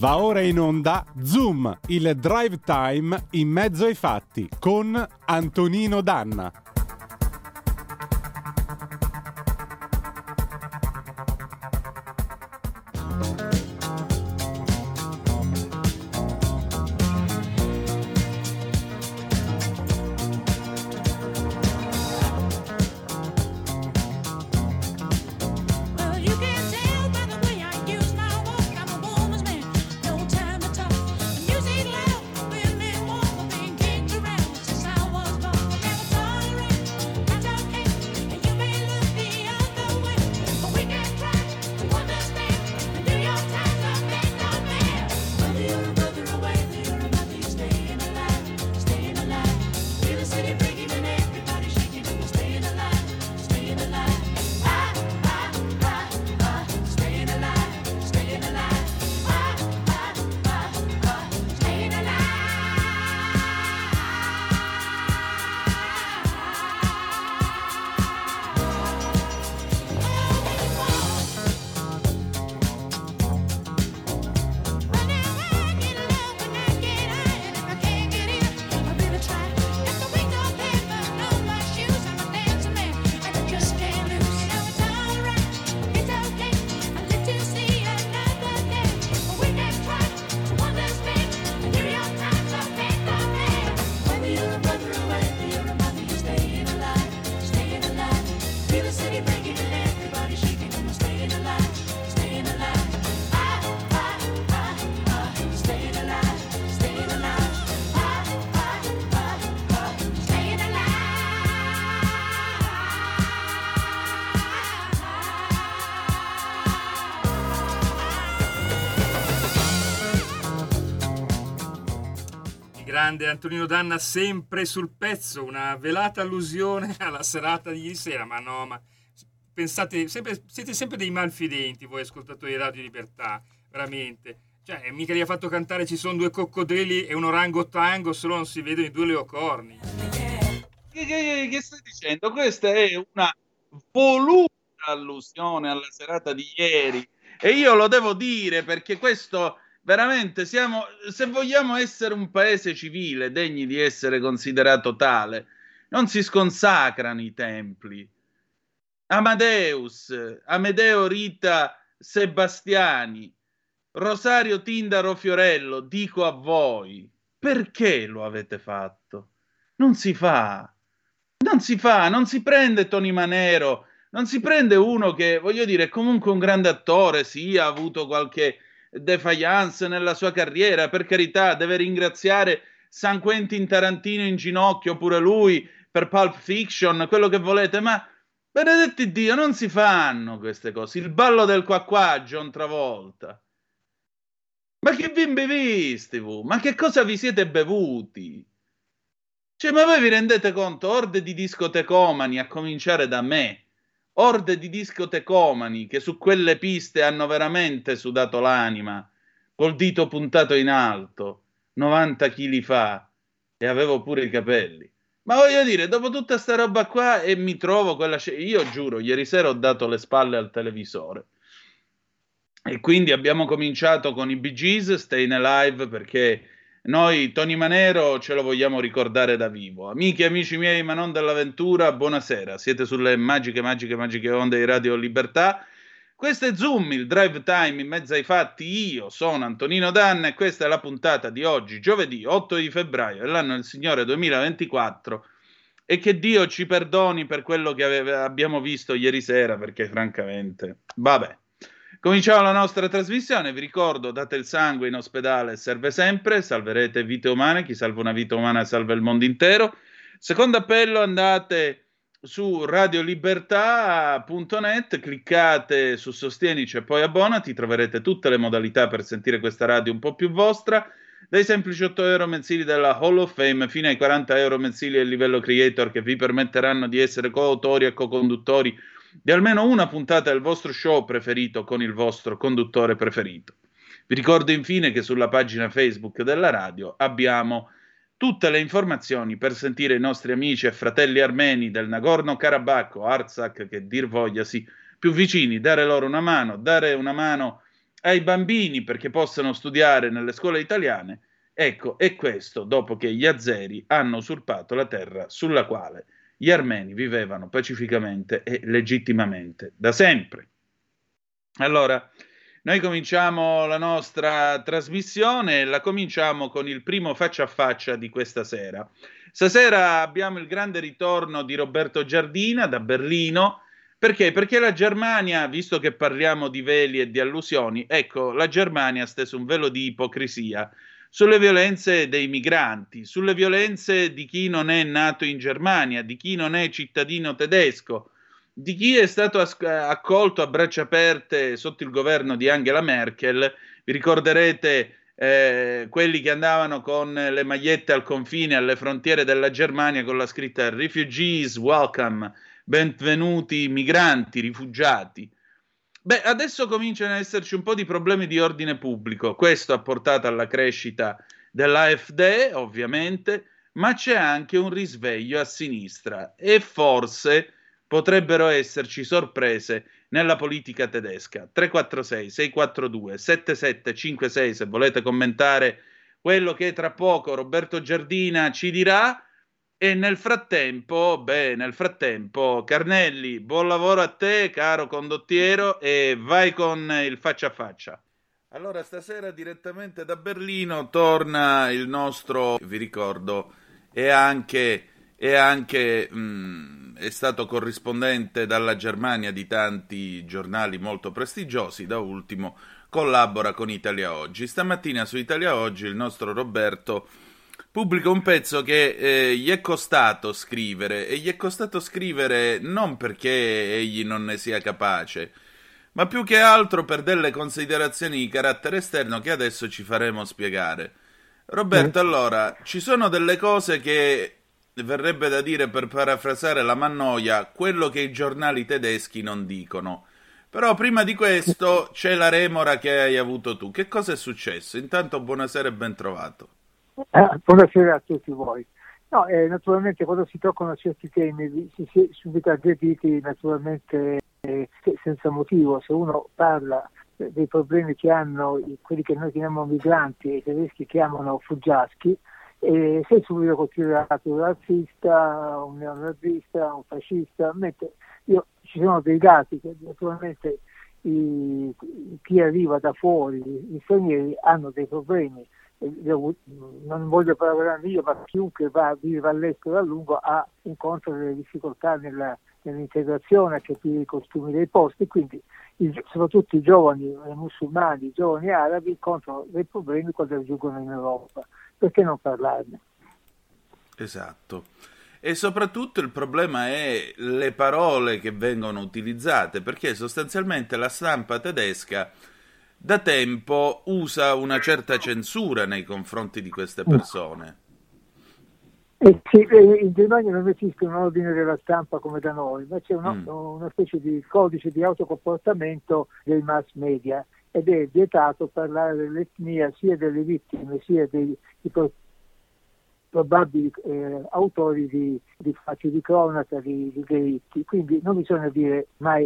Va ora in onda Zoom, il drive time in mezzo ai fatti con Antonino Danna. Grande Antonino Danna, sempre sul pezzo, una velata allusione alla serata di ieri sera. Ma no, ma pensate, siete sempre dei malfidenti voi ascoltatori di Radio Libertà, veramente. Cioè, mica gli ha fatto cantare Ci sono due coccodrilli e un orangotango, solo non si vedono i due leocorni. Che stai dicendo? Questa è una voluta allusione alla serata di ieri e io lo devo dire perché questo veramente siamo, se vogliamo essere un paese civile degni di essere considerato tale, non si sconsacrano i templi. Amedeo Rita Sebastiani, Rosario Tindaro Fiorello, dico a voi, perché lo avete fatto? Non si fa, non si prende Tony Manero, non si prende uno che, voglio dire, è comunque un grande attore, sì, ha avuto qualche defiance nella sua carriera, per carità, deve ringraziare San Quentin Tarantino in ginocchio pure lui per Pulp Fiction, quello che volete, ma benedetti Dio, non si fanno queste cose. Il ballo del qua John Travolta. Ma che vi imbevisti voi? Ma che cosa vi siete bevuti? Cioè, ma voi vi rendete conto? Orde di discotecomani, a cominciare da me, orde di discotecomani che su quelle piste hanno veramente sudato l'anima, col dito puntato in alto, 90 kg fa, e avevo pure i capelli. Ma voglio dire, dopo tutta sta roba qua e mi trovo quella... Io giuro, ieri sera ho dato le spalle al televisore. E quindi abbiamo cominciato con i Bee Gees, Stayin' Alive, perché noi Tony Manero ce lo vogliamo ricordare da vivo. Amiche e amici miei, ma non dell'avventura, buonasera. Siete sulle magiche onde di Radio Libertà. Questo è Zoom, il drive time in mezzo ai fatti. Io sono Antonino Danna e questa è la puntata di oggi, giovedì 8 di febbraio, dell'anno del Signore 2024. E che Dio ci perdoni per quello che abbiamo visto ieri sera, perché francamente, vabbè. Cominciamo la nostra trasmissione, vi ricordo, date il sangue in ospedale, serve sempre, salverete vite umane, chi salva una vita umana salva il mondo intero. Secondo appello, andate su radiolibertà.net, cliccate su Sostienici e poi abbonati, troverete tutte le modalità per sentire questa radio un po' più vostra, dai semplici 8 euro mensili della Hall of Fame fino ai 40 euro mensili del livello creator che vi permetteranno di essere coautori e co-conduttori di almeno una puntata del vostro show preferito con il vostro conduttore preferito. Vi ricordo infine che sulla pagina Facebook della radio abbiamo tutte le informazioni per sentire i nostri amici e fratelli armeni del Nagorno-Karabakh, Artsakh, che dir voglia, sì, più vicini, dare loro una mano ai bambini perché possano studiare nelle scuole italiane. Ecco, è questo dopo che gli azeri hanno usurpato la terra sulla quale gli armeni vivevano pacificamente e legittimamente da sempre. Allora, noi cominciamo la nostra trasmissione e la cominciamo con il primo faccia a faccia di questa sera. Stasera abbiamo il grande ritorno di Roberto Giardina da Berlino. Perché? Perché la Germania, visto che parliamo di veli e di allusioni, ecco, la Germania ha steso un velo di ipocrisia sulle violenze dei migranti, sulle violenze di chi non è nato in Germania, di chi non è cittadino tedesco, di chi è stato accolto a braccia aperte sotto il governo di Angela Merkel. Vi ricorderete quelli che andavano con le magliette al confine, alle frontiere della Germania con la scritta Refugees Welcome, benvenuti migranti, rifugiati. Beh, adesso cominciano ad esserci un po' di problemi di ordine pubblico. Questo ha portato alla crescita dell'AfD, ovviamente, ma c'è anche un risveglio a sinistra e forse potrebbero esserci sorprese nella politica tedesca. 346-642-7756 se volete commentare quello che tra poco Roberto Giardina ci dirà. E nel frattempo, Carnelli, buon lavoro a te, caro condottiero, e vai con il faccia a faccia. Allora, stasera direttamente da Berlino torna il nostro, vi ricordo, è stato corrispondente dalla Germania di tanti giornali molto prestigiosi, da ultimo collabora con Italia Oggi. Stamattina su Italia Oggi il nostro Roberto pubblica un pezzo che gli è costato scrivere, e gli è costato scrivere non perché egli non ne sia capace, ma più che altro per delle considerazioni di carattere esterno che adesso ci faremo spiegare. Roberto, allora, ci sono delle cose che verrebbe da dire, per parafrasare la Mannoia, quello che i giornali tedeschi non dicono. Però prima di questo c'è la remora che hai avuto tu. Che cosa è successo? Intanto buonasera e ben trovato. Buonasera a tutti voi. No, naturalmente quando si toccano certi temi si è subito aggrediti, naturalmente senza motivo. Se uno parla dei problemi che hanno quelli che noi chiamiamo migranti e i tedeschi chiamano fuggiaschi, sei subito considerato un razzista, un neonazista, un fascista. Mentre ci sono dei dati che naturalmente chi arriva da fuori, gli stranieri, hanno dei problemi. Non voglio paragonarmi io, ma chiunque vive all'estero a lungo incontra delle difficoltà nell'integrazione, a capire i costumi dei posti, quindi soprattutto i giovani musulmani, i giovani arabi incontrano dei problemi quando giungono in Europa. Perché non parlarne? Esatto. E soprattutto il problema è le parole che vengono utilizzate, perché sostanzialmente la stampa tedesca da tempo usa una certa censura nei confronti di queste persone. Sì, in Germania non esiste un ordine della stampa come da noi, ma c'è una specie di codice di autocomportamento dei mass media, ed è vietato parlare dell'etnia sia delle vittime sia dei probabili autori di fatti di cronaca, di delitti. Quindi non bisogna dire mai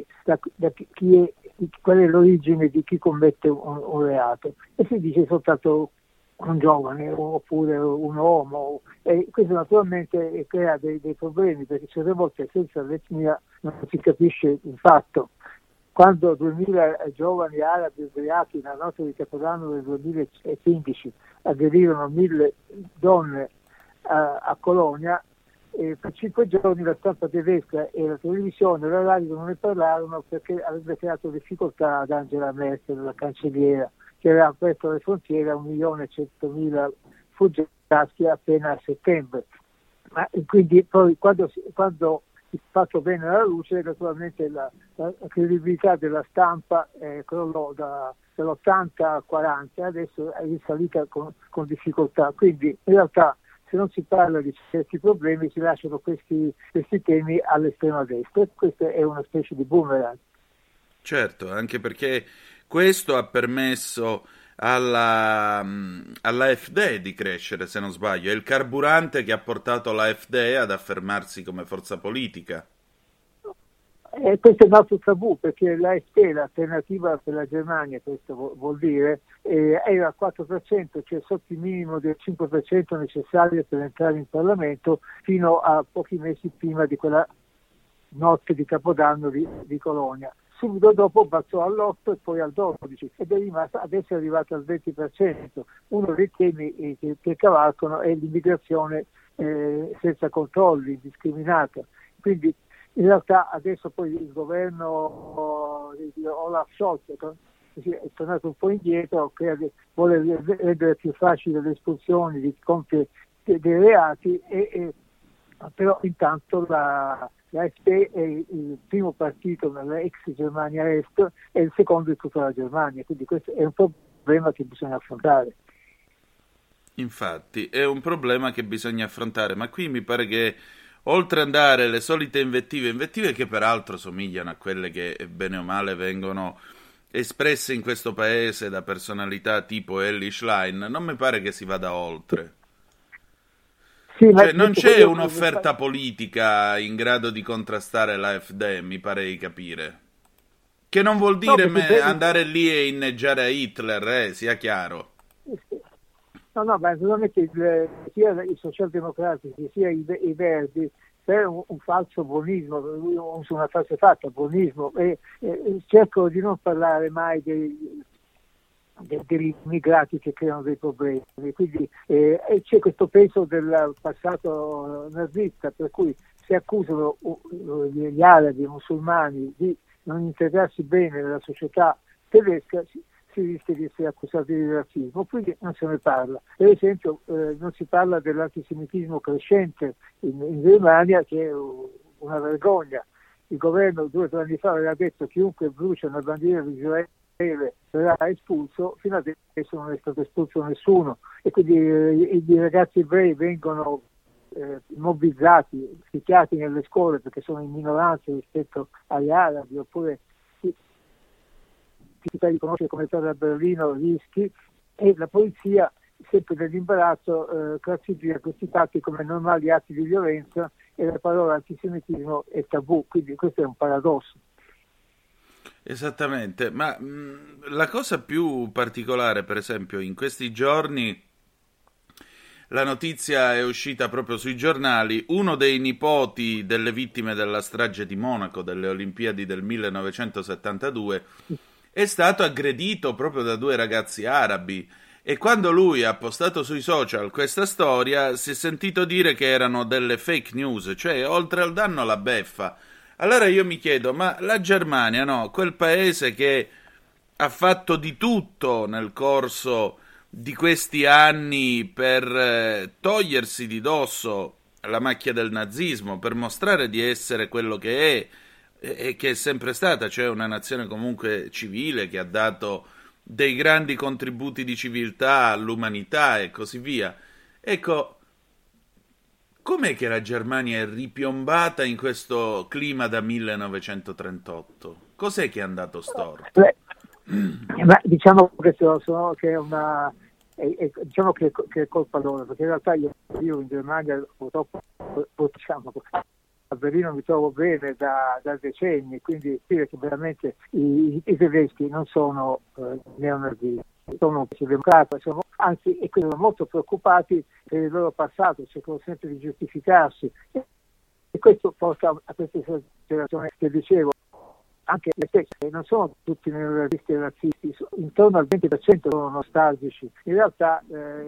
qual è l'origine di chi commette un reato, e si dice soltanto un giovane oppure un uomo, e questo naturalmente crea dei problemi, perché certe volte senza l'etnia non si capisce il fatto. Quando 2000 giovani arabi ubriachi nella notte di Capodanno del 2015 aggredirono 1000 donne a Colonia, per 5 giorni la stampa tedesca e la televisione e la radio non ne parlarono, perché avrebbe creato difficoltà ad Angela Merkel, la cancelliera, che aveva aperto le frontiere a 1.100.000 fuggiaschi appena a settembre. Ma quindi poi quando il fatto venne alla luce, naturalmente la credibilità della stampa crollò dall'80 al 40, adesso è risalita con difficoltà. Quindi in realtà, se non si parla di certi problemi, si lasciano questi temi all'estrema destra, e questa è una specie di boomerang. Certo, anche perché questo ha permesso all'AfD di crescere, se non sbaglio. È il carburante che ha portato l'AfD ad affermarsi come forza politica. Questo è un altro tabù, perché l'AfD, l'alternativa per la Germania, questo vuol dire, era al 4%, cioè sotto il minimo del 5% necessario per entrare in Parlamento, fino a pochi mesi prima di quella notte di Capodanno di Colonia. Subito dopo passò all'8 e poi al 12 ed è rimasto, adesso è arrivato al 20%. Uno dei temi che cavalcano è l'immigrazione senza controlli, indiscriminata. Quindi in realtà adesso poi il governo di Olaf Scholz è tornato un po' indietro, vuole rendere più facile le espulsioni di compie dei reati, però intanto l'AfD è il primo partito nella ex Germania Est e il secondo di tutta la Germania, quindi questo è un problema che bisogna affrontare. Infatti è un problema che bisogna affrontare, ma qui mi pare che oltre ad andare le solite invettive che peraltro somigliano a quelle che bene o male vengono espresse in questo paese da personalità tipo Elly Schlein, non mi pare che si vada oltre. Sì, cioè, non c'è un'offerta politica in grado di contrastare l'AfD, mi pare di capire. Che non vuol dire andare lì e inneggiare a Hitler, sia chiaro. No, ma naturalmente sia i socialdemocratici sia i Verdi per un falso buonismo, una frase fatta, buonismo, e cercano di non parlare mai degli immigrati che creano dei problemi. Quindi c'è questo peso del passato nazista, per cui se accusano gli arabi, i musulmani di non integrarsi bene nella società tedesca, si rischia di essere accusati di razzismo, quindi non se ne parla. Per esempio non si parla dell'antisemitismo crescente in Germania, che è una vergogna. Il governo 2 o 3 anni fa aveva detto che chiunque brucia una bandiera di Israele verrà espulso, fino adesso non è stato espulso nessuno, e quindi i ragazzi ebrei vengono mobbizzati, picchiati nelle scuole perché sono in minoranza rispetto agli arabi, oppure si riconosce come stato a Berlino rischi, e la polizia, sempre nell'imbarazzo, classifica questi fatti come normali atti di violenza e la parola antisemitismo è tabù, quindi questo è un paradosso. Esattamente, ma la cosa più particolare, per esempio, in questi giorni la notizia è uscita proprio sui giornali, uno dei nipoti delle vittime della strage di Monaco delle Olimpiadi del 1972 è stato aggredito proprio da 2 ragazzi arabi, e quando lui ha postato sui social questa storia si è sentito dire che erano delle fake news, cioè oltre al danno la beffa. Allora io mi chiedo, ma la Germania, no, quel paese che ha fatto di tutto nel corso di questi anni per togliersi di dosso la macchia del nazismo, per mostrare di essere quello che è e che è sempre stata, cioè una nazione comunque civile che ha dato dei grandi contributi di civiltà all'umanità e così via. Ecco, com'è che la Germania è ripiombata in questo clima da 1938? Cos'è che è andato storto? Ma diciamo che diciamo che è colpa loro, perché in realtà io in Germania purtroppo a Berlino mi trovo bene da decenni, quindi dire che veramente i tedeschi non sono neonazisti, sono democratici, anzi, e quindi sono molto preoccupati per il loro passato, cercano sempre di giustificarsi, e questo porta a questa esagerazione che dicevo. Anche le stesse, non sono tutti neonazisti e razzisti, intorno al 20% sono nostalgici. In realtà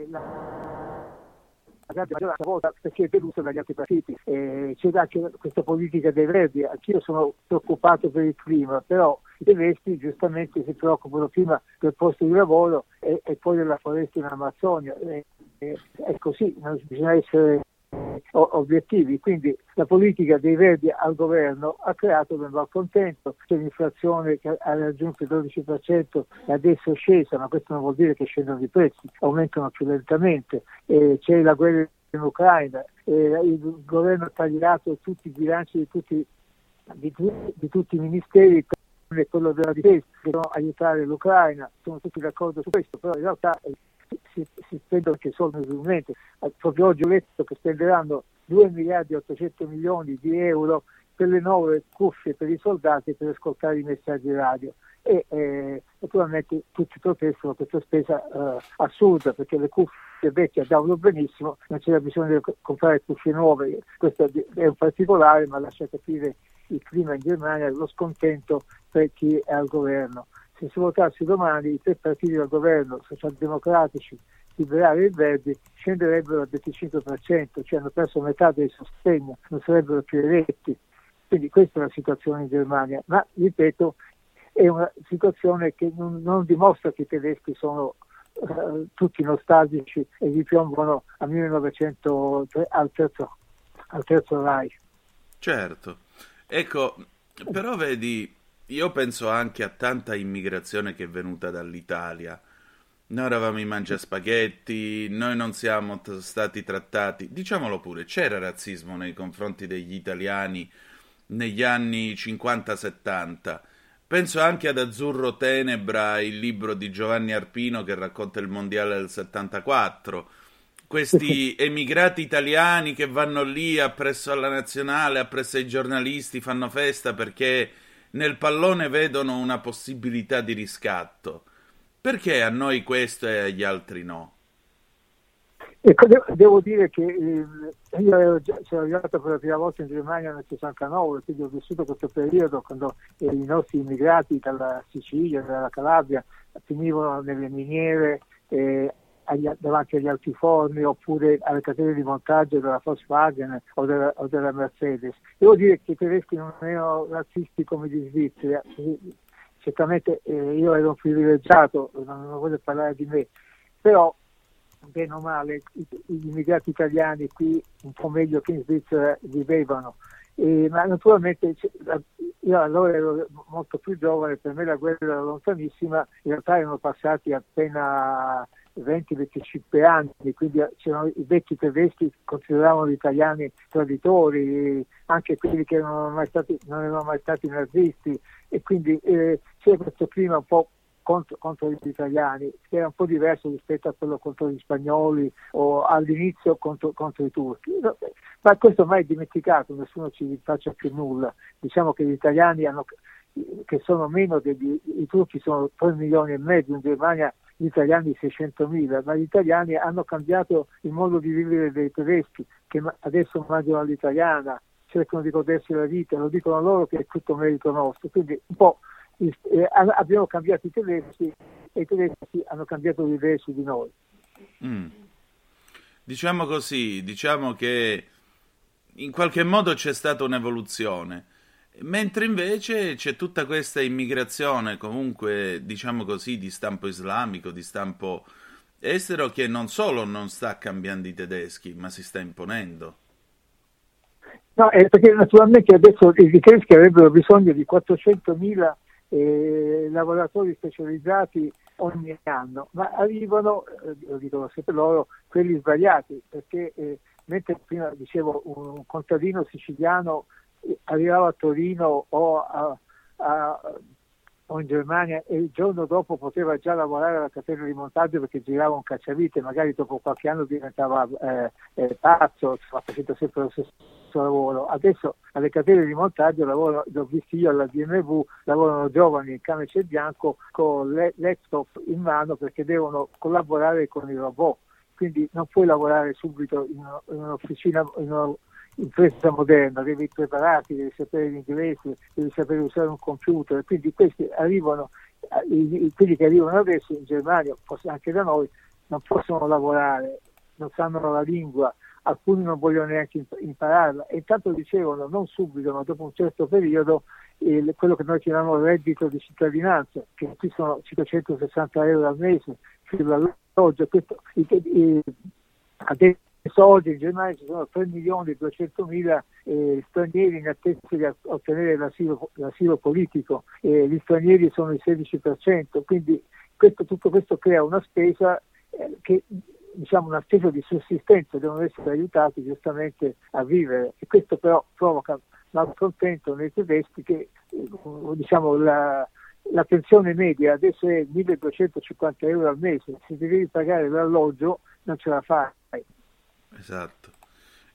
la grande maggioranza vota perché è deluso dagli altri partiti. C'è anche questa politica dei Verdi. Anch'io sono preoccupato per il clima, però i tedeschi giustamente si preoccupano prima del posto di lavoro e poi della foresta in Amazzonia. È così, non bisogna essere obiettivi, quindi la politica dei Verdi al governo ha creato del malcontento. C'è l'inflazione che ha raggiunto il 12% e adesso è scesa, ma questo non vuol dire che scendono i prezzi, aumentano più lentamente. C'è la guerra in Ucraina, il governo ha tagliato tutti i bilanci di tutti i ministeri, come quello della difesa, che devono aiutare l'Ucraina. Sono tutti d'accordo su questo, però in realtà si spendono anche soldi inutilmente. Proprio oggi ho letto che spenderanno 2 miliardi e 800 milioni di euro quelle nuove cuffie per i soldati per ascoltare i messaggi radio. E naturalmente tutti protestano questa spesa assurda, perché le cuffie vecchie andavano benissimo, non c'era bisogno di comprare cuffie nuove. Questo è un particolare, ma lascia capire il clima in Germania, lo scontento per chi è al governo. Se si votasse domani, i tre partiti del governo, socialdemocratici, liberali e verdi, scenderebbero al 25%, cioè hanno perso metà del sostegno, non sarebbero più eletti. Quindi questa è la situazione in Germania, ma ripeto, è una situazione che non dimostra che i tedeschi sono tutti nostalgici e ripiongono a 1900 al terzo Reich. Certo, ecco, però vedi, io penso anche a tanta immigrazione che è venuta dall'Italia. Noi eravamo i mangiaspaghetti, noi non siamo stati trattati, diciamolo pure, c'era razzismo nei confronti degli italiani negli anni 50-70. Penso anche ad Azzurro Tenebra, il libro di Giovanni Arpino che racconta il mondiale del 74. Questi emigrati italiani che vanno lì appresso alla nazionale, appresso ai giornalisti, fanno festa perché nel pallone vedono una possibilità di riscatto. Perché a noi questo e agli altri no? Ecco, devo dire che io sono arrivato per la prima volta in Germania nel 69, quindi ho vissuto questo periodo quando i nostri immigrati dalla Sicilia, dalla Calabria finivano nelle miniere, davanti agli altiforni oppure alle catene di montaggio della Volkswagen o della Mercedes. Devo dire che i tedeschi non erano razzisti come gli svizzeri. Certamente io ero un privilegiato, non voglio parlare di me, però bene o male gli immigrati italiani qui un po' meglio che in Svizzera vivevano, ma naturalmente io allora ero molto più giovane, per me la guerra era lontanissima, in realtà erano passati appena 20-25 anni, quindi c'erano i vecchi tedeschi consideravano gli italiani traditori, anche quelli che non erano mai stati nazisti, e quindi c'è questo clima un po' contro gli italiani, che era un po' diverso rispetto a quello contro gli spagnoli o all'inizio contro i turchi. Ma questo mai dimenticato, nessuno ci faccia più nulla. Diciamo che gli italiani che sono meno i turchi sono 3 milioni e mezzo, in Germania gli italiani 600.000, ma gli italiani hanno cambiato il modo di vivere dei tedeschi, che adesso mangiano all'italiana, cercano di godersi la vita, lo dicono loro che è tutto merito nostro, quindi un po' abbiamo cambiato i tedeschi e i tedeschi hanno cambiato le idee su di noi. Diciamo così, diciamo che in qualche modo c'è stata un'evoluzione, mentre invece c'è tutta questa immigrazione comunque, diciamo così, di stampo islamico, di stampo estero, che non solo non sta cambiando i tedeschi, ma si sta imponendo. No, perché naturalmente adesso i tedeschi avrebbero bisogno di 400.000 lavoratori specializzati ogni anno, ma arrivano, lo dicono sempre loro, quelli sbagliati, perché mentre prima dicevo un contadino siciliano arrivava a Torino o in Germania e il giorno dopo poteva già lavorare alla catena di montaggio perché girava un cacciavite, magari dopo qualche anno diventava pazzo, facendo sempre lo stesso lavoro. Adesso alle catene di montaggio lavorano, l'ho visto io alla BMW, lavorano giovani in camice bianco con laptop in mano perché devono collaborare con i robot, quindi non puoi lavorare subito in un'officina, in un'impresa moderna, devi prepararti, devi sapere l'inglese, devi sapere usare un computer, quindi questi arrivano, quelli che arrivano adesso in Germania, forse anche da noi, non possono lavorare, non sanno la lingua, alcuni non vogliono neanche impararla, e intanto ricevono non subito ma dopo un certo periodo quello che noi chiamiamo reddito di cittadinanza, che qui sono 560 euro al mese sull'alloggio. Adesso oggi in Germania ci sono 3.200.000 stranieri in attesa di ottenere l'asilo politico, gli stranieri sono il 16%, quindi tutto questo crea una spesa che, diciamo, una spesa di sussistenza, devono essere aiutati giustamente a vivere, e questo però provoca malcontento nei tedeschi che, diciamo, la pensione media adesso è 1.250 euro al mese, se devi pagare l'alloggio non ce la fai. Esatto.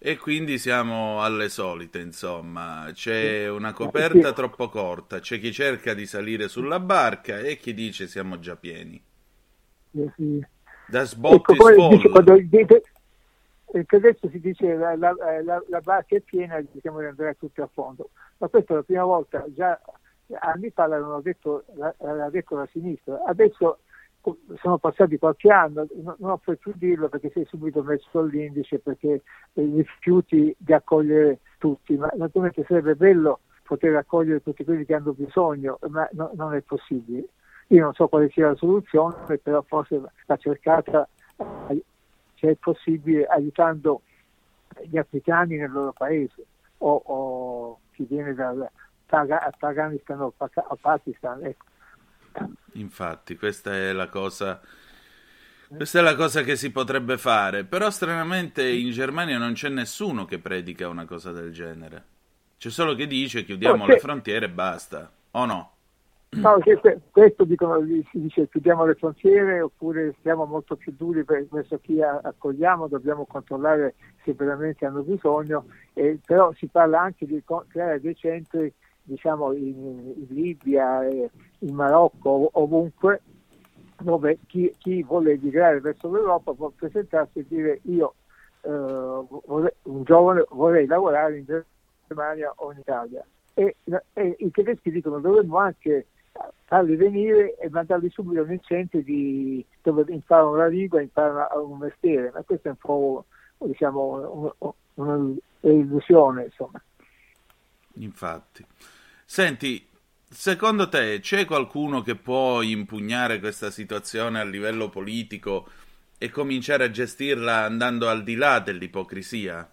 e quindi siamo alle solite, insomma, c'è una coperta troppo corta, c'è chi cerca di salire sulla barca e chi dice siamo già pieni. Sì. Da sbotti Ecco, dice, sfondo. che adesso si dice la barca è piena e diciamo di andare tutti a fondo, ma questa è la prima volta, già anni fa l'aveva detto la sinistra, adesso sono passati qualche anno, non puoi più dirlo perché sei subito messo all'indice, perché rifiuti di accogliere tutti, ma naturalmente sarebbe bello poter accogliere tutti quelli che hanno bisogno, ma non è possibile. Io non so quale sia la soluzione, però forse va cercata, se è possibile, aiutando gli africani nel loro paese o chi viene dal Afghanistan o Pakistan, ecco. Infatti, questa è la cosa che si potrebbe fare, però stranamente in Germania non c'è nessuno che predica una cosa del genere. C'è solo chi dice chiudiamo le frontiere e basta, o no? No, questo dicono, si dice chiudiamo le frontiere oppure siamo molto più duri verso chi accogliamo, dobbiamo controllare se veramente hanno bisogno, però si parla anche di creare dei centri, diciamo in Libia, in Marocco, ovunque, dove chi vuole emigrare verso l'Europa può presentarsi e dire io un giovane vorrei lavorare in Germania o in Italia, e i tedeschi dicono dovremmo anche farli venire e mandarli subito nei centri dove imparano la lingua, imparano un mestiere, ma questa è un po', diciamo, un'illusione, insomma. Infatti. Senti, secondo te c'è qualcuno che può impugnare questa situazione a livello politico e cominciare a gestirla andando al di là dell'ipocrisia?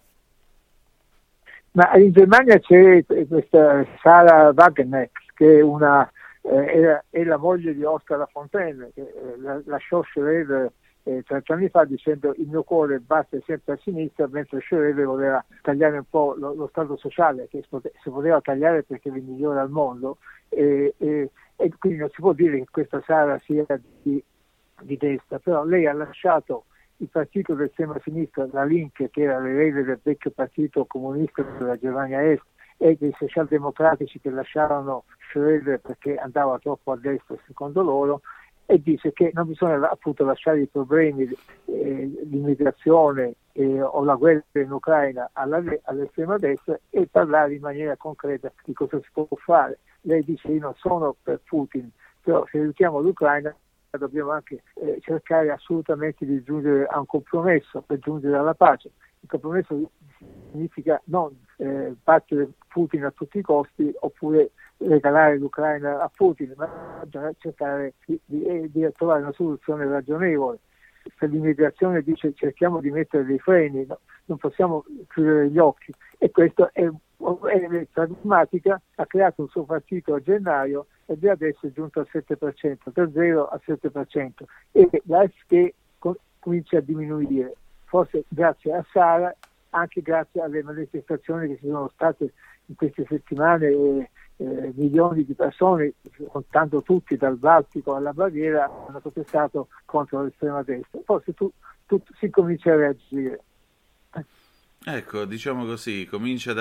Ma in Germania c'è questa Sarah Wagenknecht, che è la moglie di Oscar Lafontaine, che lasciò Schröder 30 anni fa dicendo il mio cuore batte sempre a sinistra, mentre Schröder voleva tagliare un po' lo stato sociale, che si poteva tagliare perché è il migliore al mondo, e quindi non si può dire che questa Sara sia di destra, però lei ha lasciato il partito dell'estrema sinistra, la Linke, che era l'erede del vecchio partito comunista della Germania Est, e dei socialdemocratici che lasciarono Schröder perché andava troppo a destra secondo loro, e dice che non bisogna appunto lasciare i problemi di immigrazione o la guerra in Ucraina all'estrema destra e parlare in maniera concreta di cosa si può fare. Lei dice io non sono per Putin, però se aiutiamo l'Ucraina dobbiamo anche cercare assolutamente di giungere a un compromesso per giungere alla pace. Il compromesso significa non battere Putin a tutti i costi oppure regalare l'Ucraina a Putin, ma cercare di trovare una soluzione ragionevole. Per l'immigrazione dice cerchiamo di mettere dei freni, no? Non possiamo chiudere gli occhi, e questo è pragmatica, ha creato un suo partito a gennaio e già adesso è giunto al 7%, da 0 al 7%, e la FD comincia a diminuire, forse grazie a Sara, anche grazie alle manifestazioni che ci sono state in queste settimane. Milioni di persone, contando tutti dal Baltico alla Baviera, hanno protestato contro l'estrema destra. Forse si comincia a reagire. Ecco, diciamo così, comincia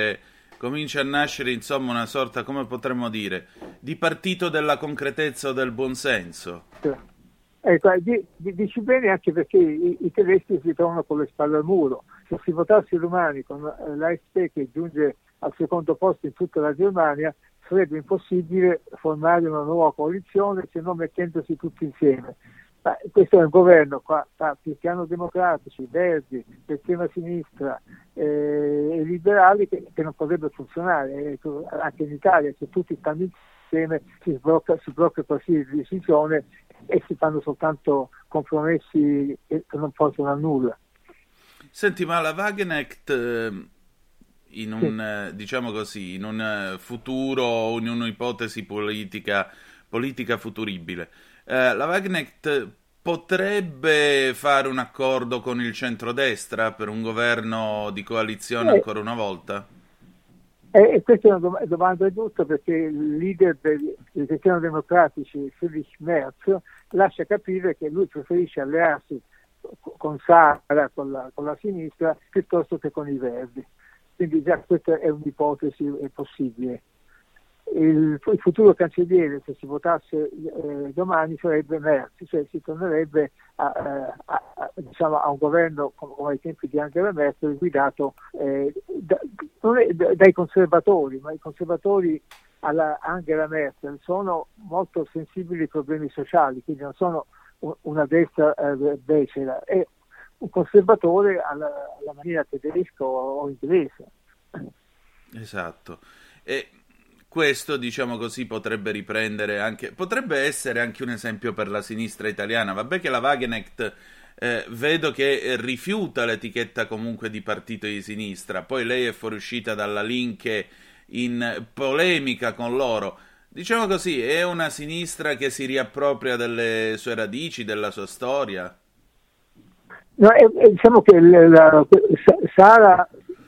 a nascere insomma una sorta, come potremmo dire, di partito della concretezza o del buonsenso. Ecco, dici bene, anche perché i tedeschi si trovano con le spalle al muro. Se si votasse domani con l'AfD che giunge al secondo posto in tutta la Germania, sarebbe impossibile formare una nuova coalizione se non mettendosi tutti insieme. Ma questo è un governo qua, cristiano democratici, verdi, l'estrema sinistra e liberali che non potrebbe funzionare. Anche in Italia, se tutti stanno insieme si blocca qualsiasi decisione e si fanno soltanto compromessi che non portano a nulla. Senti, ma la Wagenknecht in un diciamo così, in un futuro o in un'ipotesi politica futuribile, la Wagenknecht potrebbe fare un accordo con il centrodestra per un governo di coalizione ancora una volta? E questa è una domanda giusta, perché il leader dei cristiano democratici, Friedrich Merz, lascia capire che lui preferisce allearsi con Sala, con la sinistra, piuttosto che con i Verdi. Quindi già questa è un'ipotesi possibile. Il futuro cancelliere, se si votasse domani, sarebbe Merz, cioè si tornerebbe diciamo, a un governo come ai tempi di Angela Merkel, guidato dai conservatori, ma i conservatori alla Angela Merkel sono molto sensibili ai problemi sociali, quindi non sono una destra becera, è un conservatore alla maniera tedesca o inglese. Esatto. E questo, diciamo così, potrebbe essere anche un esempio per la sinistra italiana. Vabbè che la Wagenknecht vedo che rifiuta l'etichetta comunque di partito di sinistra, poi lei è fuoriuscita dalla Linke in polemica con loro. Diciamo così, è una sinistra che si riappropria delle sue radici, della sua storia? No, diciamo che Sara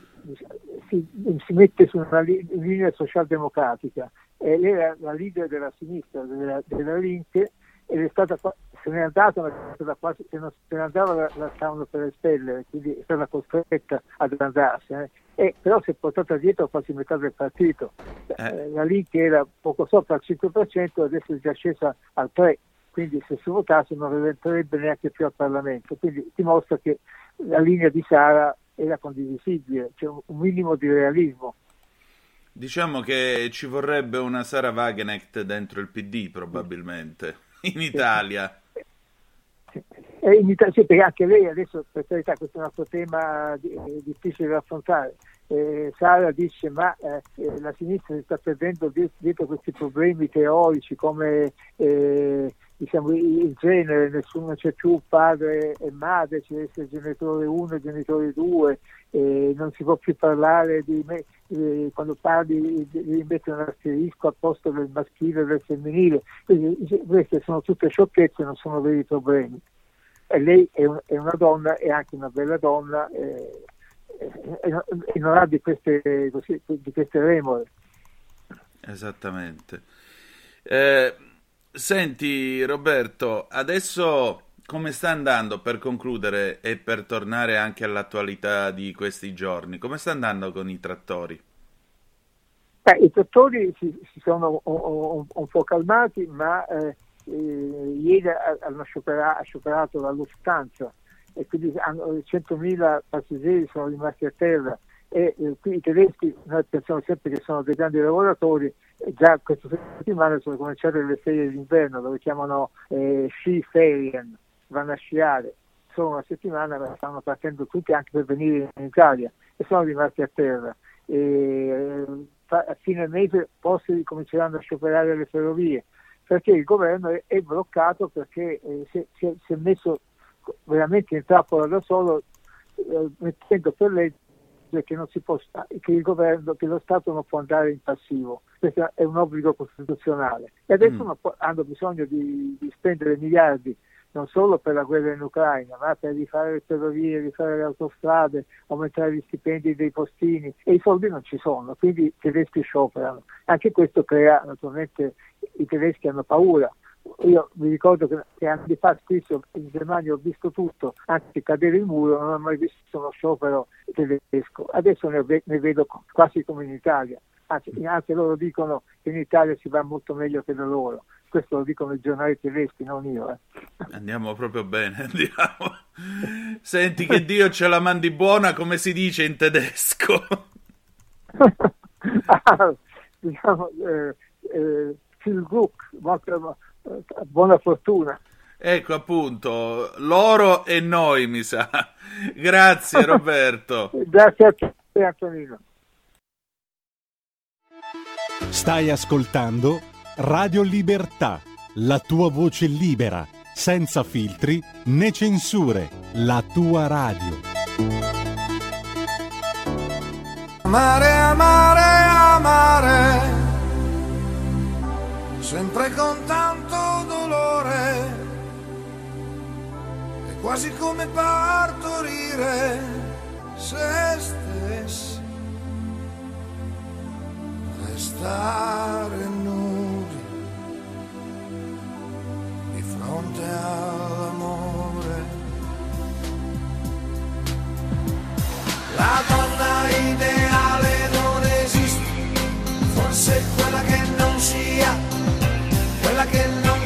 si mette su una linea socialdemocratica. Lei era la leader della sinistra, della Linke, ed è stata, se n'è andata, ma è stata quasi, se non se ne andava la stavano per espellere, quindi è stata costretta ad andarsene. Però si è portata dietro quasi metà del partito. La Linke era poco sopra il 5%, adesso è già scesa al 3%, quindi se si votasse non entrerebbe neanche più al Parlamento. Quindi dimostra che la linea di Sara era condivisibile, c'è un minimo di realismo. Diciamo che ci vorrebbe una Sara Wagenknecht dentro il PD, probabilmente, in Italia. In Italia, sì, perché anche lei adesso, per carità, questo è un altro tema difficile da affrontare. Sara dice ma la sinistra si sta perdendo dietro questi problemi teorici come diciamo il genere, nessuno c'è più padre e madre, ci deve essere genitore 1 e genitore 2, non si può più parlare quando parli di mettere un asterisco al posto del maschile e del femminile. Quindi queste sono tutte sciocchezze, non sono veri problemi. E lei è una donna, è anche una bella donna, e non ha di queste remore. Esattamente. Senti Roberto, adesso come sta andando, per concludere e per tornare anche all'attualità di questi giorni, come sta andando con i trattori? I trattori si sono un po' calmati, ma ieri ha scioperato la Lufthansa e quindi 100.000 passeggeri sono rimasti a terra, e qui i tedeschi, noi pensiamo sempre che sono dei grandi lavoratori, e già questa settimana sono cominciate le ferie d'inverno, dove chiamano Skiferien, vanno a sciare, solo una settimana, ma stanno partendo tutti anche per venire in Italia e sono rimasti a terra. A fine mese forse cominceranno a scioperare le ferrovie, perché il governo è bloccato, perché si è messo veramente in trappola da solo, mettendo per legge che non si può, che il governo, che lo Stato non può andare in passivo. Questo è un obbligo costituzionale, e adesso hanno bisogno di spendere miliardi non solo per la guerra in Ucraina, ma per rifare le ferrovie, rifare le autostrade, aumentare gli stipendi dei postini, e i soldi non ci sono, quindi i tedeschi scioperano. Anche questo crea, naturalmente, i tedeschi hanno paura. Io mi ricordo che anni fa scritto in Germania, ho visto tutto, anche cadere il muro, non ho mai visto uno sciopero tedesco. Adesso ne vedo quasi come in Italia, anche loro dicono che in Italia si va molto meglio che da loro. Questo lo dicono i giornali tedeschi, non io. Andiamo proprio bene, andiamo. Senti, che Dio ce la mandi buona, come si dice in tedesco. Diciamo, viel Glück, buona fortuna. Ecco, appunto, loro e noi, mi sa. Grazie Roberto. Grazie a te, Antonino. Stai ascoltando Radio Libertà, la tua voce libera, senza filtri né censure, la tua radio. Amare, amare, amare, sempre con tanto dolore, è quasi come partorire se stessi, restare nudi di fronte all'amore.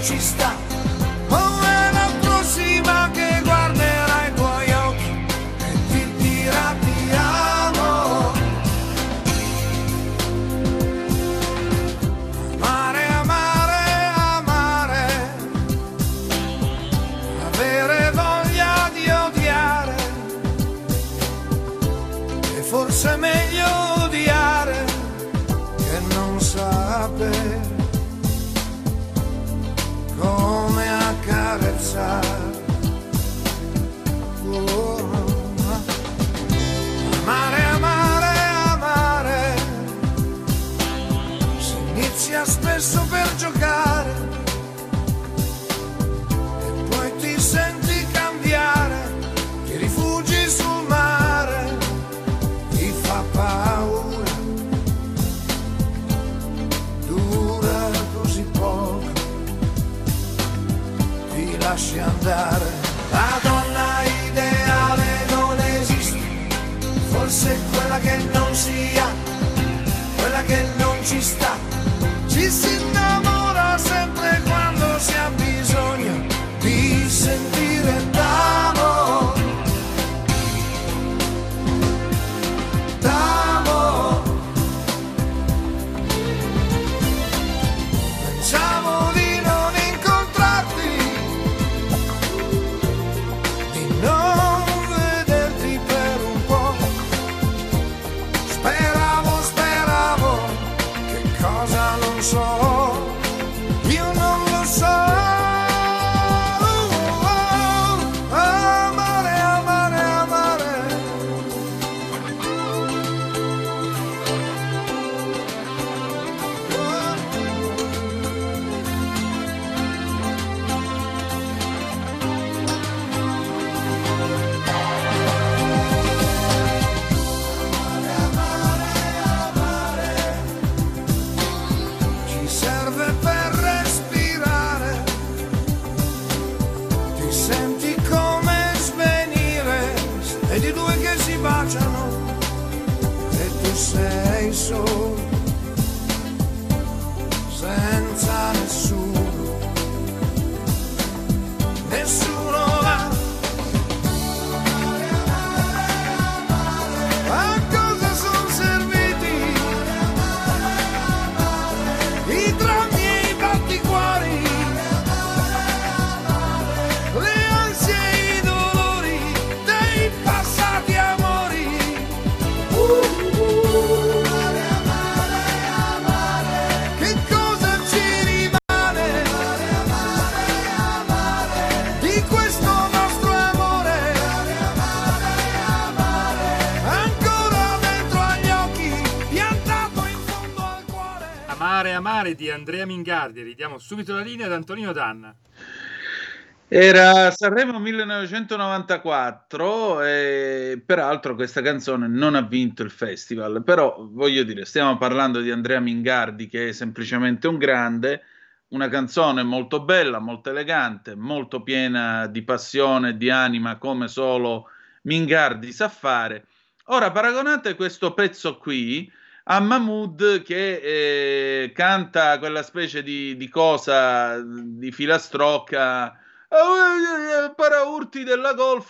ci sta. Oh, è la prossima che guarderà i tuoi occhi e ti dirà ti amo. Amare, amare, amare, avere voglia di odiare, e forse è meglio odiare che non sapere come accarezzare. Oh, amare, amare, amare, si inizia spesso per giocare e poi ti senti cambiare, ti rifugi sul mare, ti fa paura, dura così poco, ti lasci andare. La donna ideale non esiste, forse quella che non si ha, quella che non ci sta. Ci si innamora sempre quando si ha bisogno di sentire t'amo, t'amo. Pensavo di non incontrarti, di non vederti per un po'. Speravo, speravo, che cosa non so, io non lo so. Amare, amare, amare. Ci serve per respirare, ti senti come svenire, e di due che si baciano e tu sei solo, senza nessuno, nessuno va. A cosa sono serviti i drammi e i batticuori, le ansie e i dolori dei passati amori. Che cosa ci rimane di questo nostro amore, ancora dentro agli occhi, piantato in fondo al cuore. Amare, amare di Andrea Mingardi. Ridiamo subito la linea ad Antonino Danna. Era Sanremo 1994 e peraltro questa canzone non ha vinto il festival, però voglio dire, stiamo parlando di Andrea Mingardi che è semplicemente un grande, una canzone molto bella, molto elegante, molto piena di passione e di anima come solo Mingardi sa fare. Ora paragonate questo pezzo qui a Mahmood che canta quella specie di cosa di filastrocca. Paraurti della golf,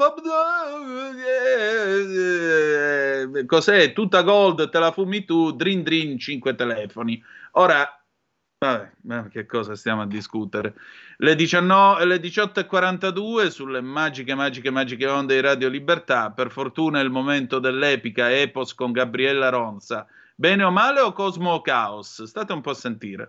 cos'è? Tutta gold, te la fumi tu, drin drin, 5 telefoni. Ora, vabbè, ma che cosa stiamo a discutere? Le 18:42 sulle magiche onde di Radio Libertà. Per fortuna è il momento dell'epica Epos con Gabriella Ronza. Bene o male o Cosmo o Caos? State un po' a sentire.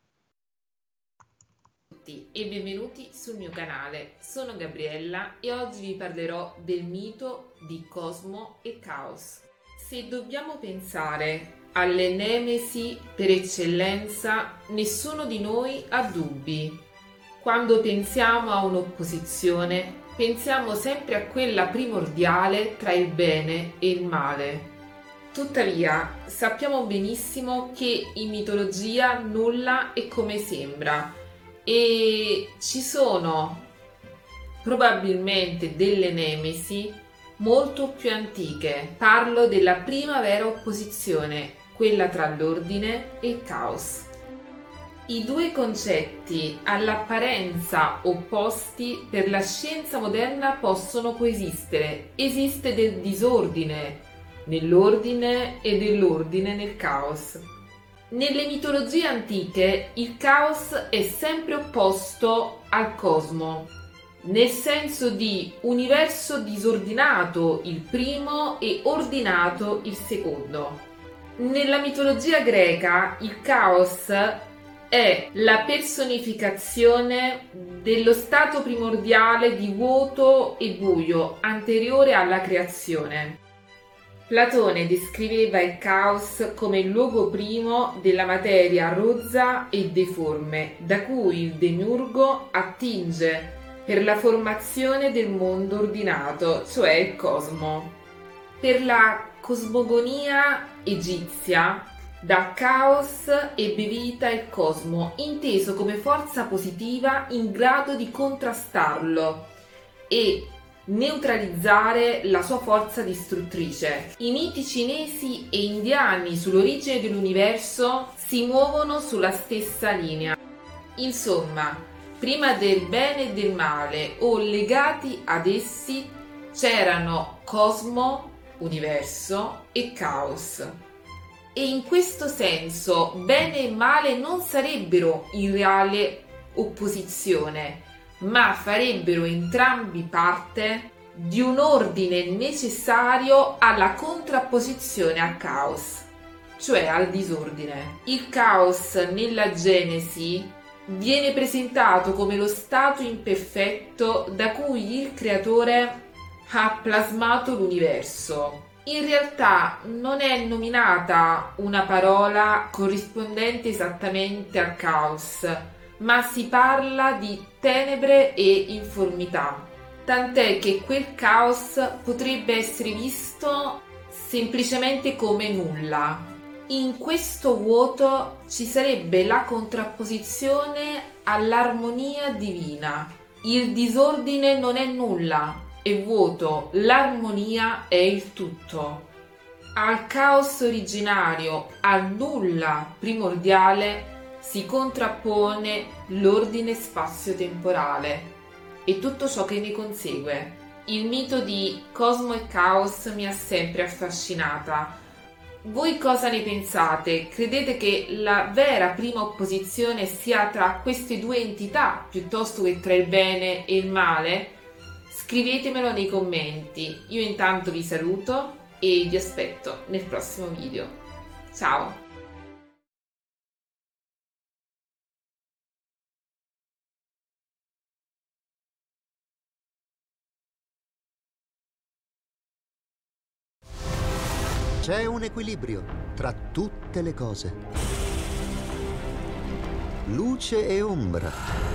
E benvenuti sul mio canale. Sono Gabriella e oggi vi parlerò del mito di Cosmo e Caos. Se dobbiamo pensare alle nemesi per eccellenza, nessuno di noi ha dubbi. Quando pensiamo a un'opposizione, pensiamo sempre a quella primordiale tra il bene e il male. Tuttavia, sappiamo benissimo che in mitologia nulla è come sembra e ci sono probabilmente delle nemesi molto più antiche. Parlo della prima vera opposizione, quella tra l'ordine e il caos. I due concetti all'apparenza opposti per la scienza moderna possono coesistere. Esiste del disordine nell'ordine e dell'ordine nel caos. Nelle mitologie antiche il caos è sempre opposto al cosmo, nel senso di universo disordinato il primo e ordinato il secondo. Nella mitologia greca il caos è la personificazione dello stato primordiale di vuoto e buio anteriore alla creazione. Platone descriveva il caos come il luogo primo della materia rozza e deforme, da cui il demiurgo attinge per la formazione del mondo ordinato, cioè il cosmo. Per la cosmogonia egizia, da caos ebbe vita il cosmo, inteso come forza positiva in grado di contrastarlo e neutralizzare la sua forza distruttrice. I miti cinesi e indiani sull'origine dell'universo si muovono sulla stessa linea. Insomma, prima del bene e del male o legati ad essi c'erano cosmo, universo e caos. E in questo senso bene e male non sarebbero in reale opposizione, ma farebbero entrambi parte di un ordine necessario alla contrapposizione al caos, cioè al disordine. Il caos nella Genesi viene presentato come lo stato imperfetto da cui il creatore ha plasmato l'universo. In realtà non è nominata una parola corrispondente esattamente al caos, ma si parla di tenebre e informità, tant'è che quel caos potrebbe essere visto semplicemente come nulla. In questo vuoto ci sarebbe la contrapposizione all'armonia divina. Il disordine non è nulla, è vuoto, l'armonia è il tutto. Al caos originario, al nulla primordiale, si contrappone l'ordine spazio-temporale e tutto ciò che ne consegue. Il mito di cosmo e caos mi ha sempre affascinata. Voi cosa ne pensate? Credete che la vera prima opposizione sia tra queste due entità piuttosto che tra il bene e il male? Scrivetemelo nei commenti. Io intanto vi saluto e vi aspetto nel prossimo video. Ciao! C'è un equilibrio tra tutte le cose. Luce e ombra.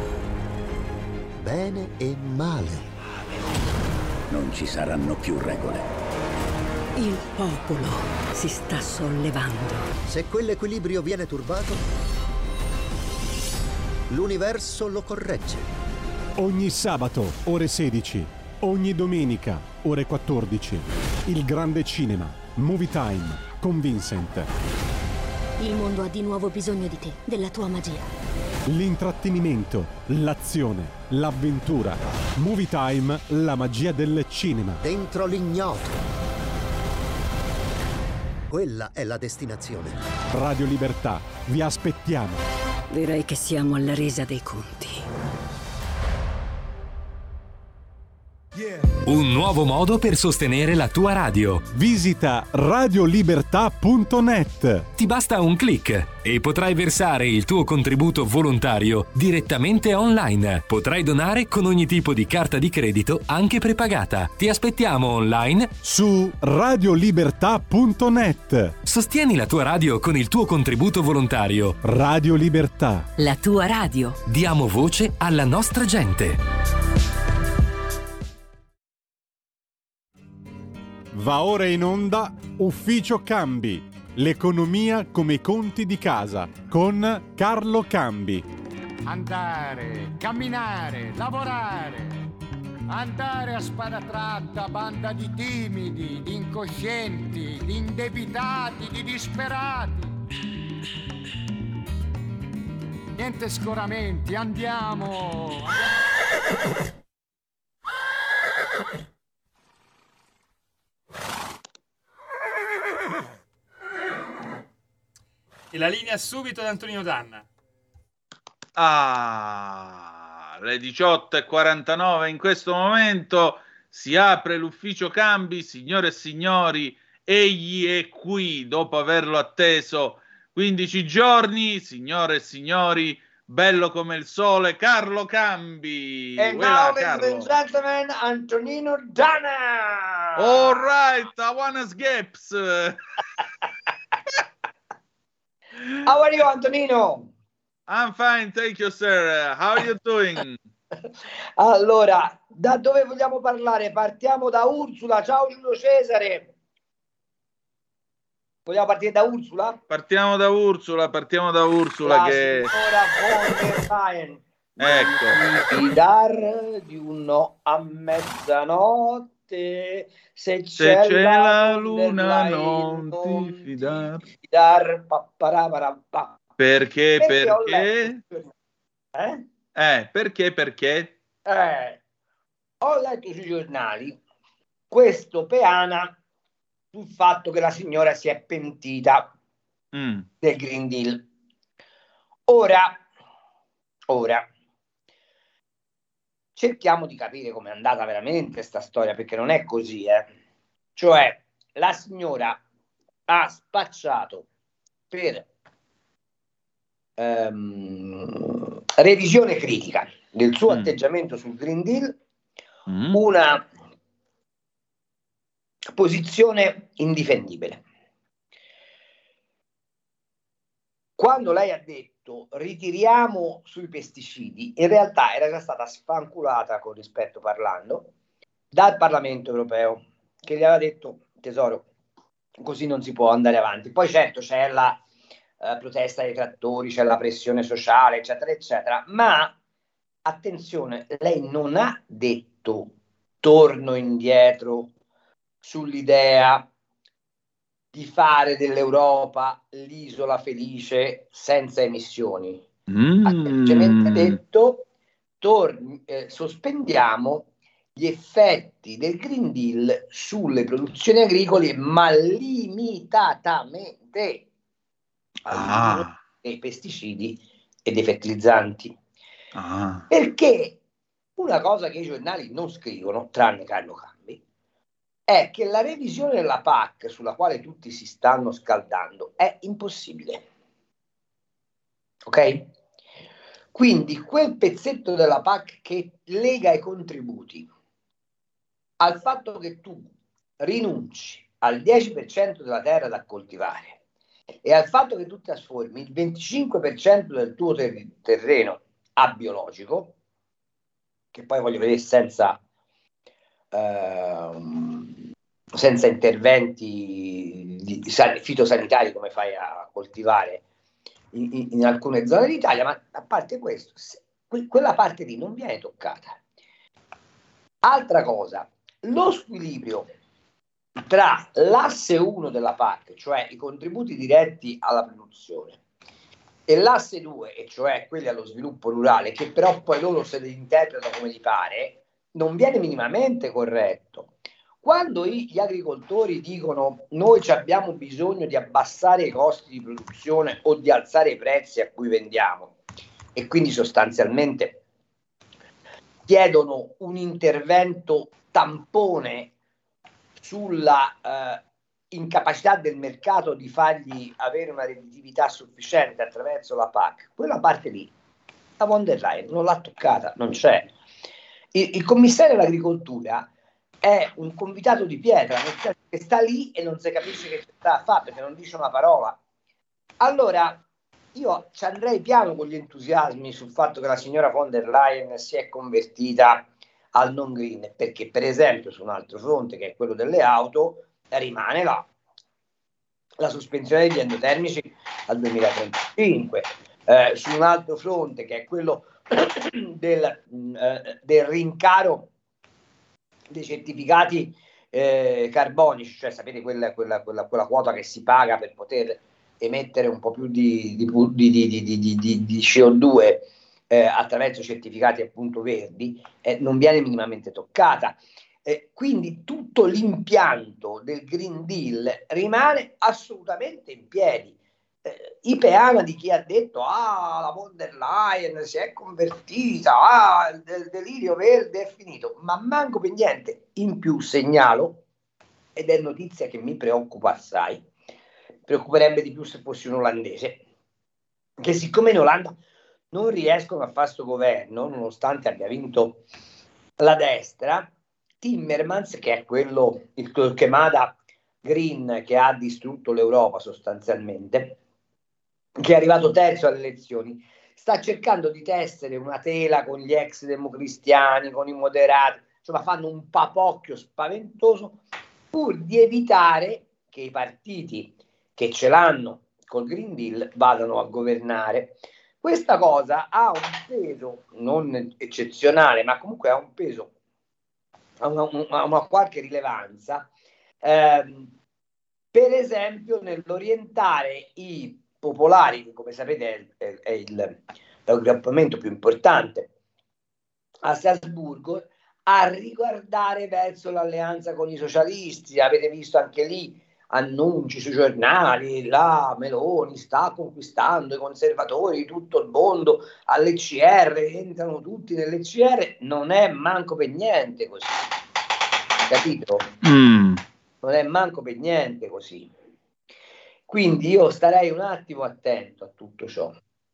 Bene e male. Non ci saranno più regole. Il popolo si sta sollevando. Se quell'equilibrio viene turbato, l'universo lo corregge. Ogni sabato, ore 16. Ogni domenica, ore 14. Il grande cinema. Movie Time con Vincent. Il mondo ha di nuovo bisogno di te, della tua magia. L'intrattenimento, l'azione, l'avventura. Movie Time, la magia del cinema. Dentro l'ignoto. Quella è la destinazione. Radio Libertà, vi aspettiamo. Direi che siamo alla resa dei conti. Un nuovo modo per sostenere la tua radio. Visita radiolibertà.net. Ti basta un click e potrai versare il tuo contributo volontario direttamente online. Potrai donare con ogni tipo di carta di credito, anche prepagata. Ti aspettiamo online su radiolibertà.net. Sostieni la tua radio con il tuo contributo volontario. Radio Libertà. La tua radio. Diamo voce alla nostra gente. Va ora in onda Ufficio Cambi, l'economia come i conti di casa, con Carlo Cambi. Andare, camminare, lavorare, andare a spada tratta, banda di timidi, di incoscienti, di indebitati, di disperati. Niente scoramenti, andiamo. E la linea subito ad Antonino Danna. Le 18:49 in questo momento si apre l'ufficio cambi. Signore e signori, egli è qui dopo averlo atteso 15 giorni. Signore e signori, bello come il sole, Carlo Cambi. And now, ladies and gentlemen, Antonino Danna. All right, I wanna skips. How are you, Antonino? I'm fine, thank you, sir. How are you doing? Allora, da dove vogliamo parlare? Partiamo da Ursula. Ciao Giulio Cesare. Vogliamo partire da Ursula? Partiamo da Ursula, La che... signora von der Leyen. Ecco. Fidar di un no a mezzanotte, se c'è la von der luna Leyen, non ti fidar. Papparaparapà. Perché? Ho letto, Perché? Ho letto sui giornali questo peana sul fatto che la signora si è pentita del Green Deal. Ora cerchiamo di capire com'è andata veramente sta storia, perché non è così, Cioè, la signora ha spacciato per revisione critica del suo atteggiamento sul Green Deal una posizione indifendibile. Quando lei ha detto ritiriamo sui pesticidi, in realtà era già stata sfanculata, con rispetto parlando, dal Parlamento europeo, che gli aveva detto: tesoro, così non si può andare avanti. Poi certo c'è la protesta dei trattori, c'è la pressione sociale, eccetera, eccetera, ma attenzione, lei non ha detto torno indietro sull'idea di fare dell'Europa l'isola felice senza emissioni. Ha semplicemente detto sospendiamo gli effetti del Green Deal sulle produzioni agricole, ma limitatamente dei pesticidi e dei fertilizzanti. Perché una cosa che i giornali non scrivono, tranne Carlo Cambi, è che la revisione della PAC, sulla quale tutti si stanno scaldando, è impossibile. Ok? Quindi quel pezzetto della PAC che lega i contributi al fatto che tu rinunci al 10% della terra da coltivare e al fatto che tu trasformi il 25% del tuo terreno a biologico, che poi voglio vedere senza interventi fitosanitari come fai a coltivare in alcune zone d'Italia, ma a parte questo, quella parte lì non viene toccata. Altra cosa, lo squilibrio tra l'asse 1 della PAC, cioè i contributi diretti alla produzione, e l'asse 2, e cioè quelli allo sviluppo rurale, che però poi loro se li interpretano come gli pare, non viene minimamente corretto. Quando gli agricoltori dicono noi abbiamo bisogno di abbassare i costi di produzione o di alzare i prezzi a cui vendiamo, e quindi sostanzialmente chiedono un intervento tampone sulla incapacità del mercato di fargli avere una redditività sufficiente attraverso la PAC, quella parte lì la von der Leyen non l'ha toccata, non c'è. Il commissario dell'agricoltura è un convitato di pietra, nel senso che sta lì e non si capisce che sta a fare, perché non dice una parola. Allora io ci andrei piano con gli entusiasmi sul fatto che la signora von der Leyen si è convertita al non green, perché per esempio su un altro fronte, che è quello delle auto, rimane la sospensione degli endotermici al 2035, su un altro fronte che è quello del rincaro dei certificati carbonici, cioè sapete quella quota che si paga per poter emettere un po' più di CO2 attraverso certificati appunto verdi, non viene minimamente toccata. Quindi tutto l'impianto del Green Deal rimane assolutamente in piedi. Ipeana di chi ha detto la von der Leyen si è convertita, il delirio verde è finito, ma manco per niente. In più segnalo, ed è notizia che mi preoccupa assai, preoccuperebbe di più se fossi un olandese, che siccome in Olanda non riescono a fare sto governo, nonostante abbia vinto la destra, Timmermans, che è quello, il Torquemada Green che ha distrutto l'Europa sostanzialmente, che è arrivato terzo alle elezioni, sta cercando di tessere una tela con gli ex democristiani, con i moderati, insomma fanno un papocchio spaventoso pur di evitare che i partiti che ce l'hanno col Green Deal vadano a governare. Questa cosa ha un peso non eccezionale, ma comunque ha un peso, ha una qualche rilevanza, per esempio nell'orientare i popolari, che come sapete è l'aggruppamento più importante a Strasburgo, a riguardare verso l'alleanza con i socialisti. Avete visto anche lì annunci sui giornali, la Meloni sta conquistando i conservatori di tutto il mondo all'ECR, entrano tutti nell'ECR. Non è manco per niente così, capito? Non è manco per niente così. Quindi io starei un attimo attento a tutto ciò.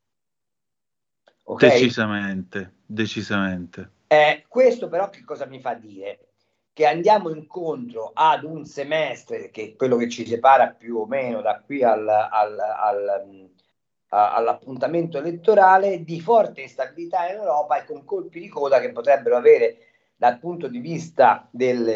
Okay? Decisamente. Questo però che cosa mi fa dire? Che andiamo incontro ad un semestre, che è quello che ci separa più o meno da qui all'appuntamento elettorale, di forte instabilità in Europa e con colpi di coda che potrebbero avere dal punto di vista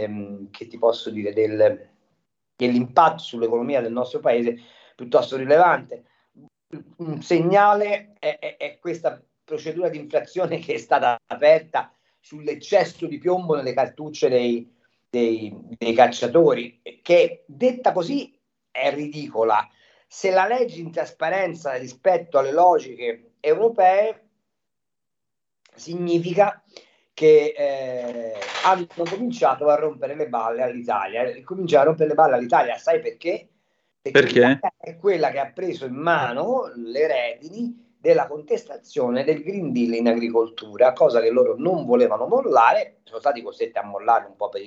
dell'impatto sull'economia del nostro paese piuttosto rilevante. Un segnale è questa procedura di infrazione che è stata aperta sull'eccesso di piombo nelle cartucce dei cacciatori, che detta così è ridicola. Se la legge in trasparenza rispetto alle logiche europee, significa che hanno cominciato a rompere le balle all'Italia. Cominciano a rompere le balle all'Italia, sai perché? Perché è quella che ha preso in mano le redini della contestazione del Green Deal in agricoltura, cosa che loro non volevano mollare, sono stati costretti a mollare un po' per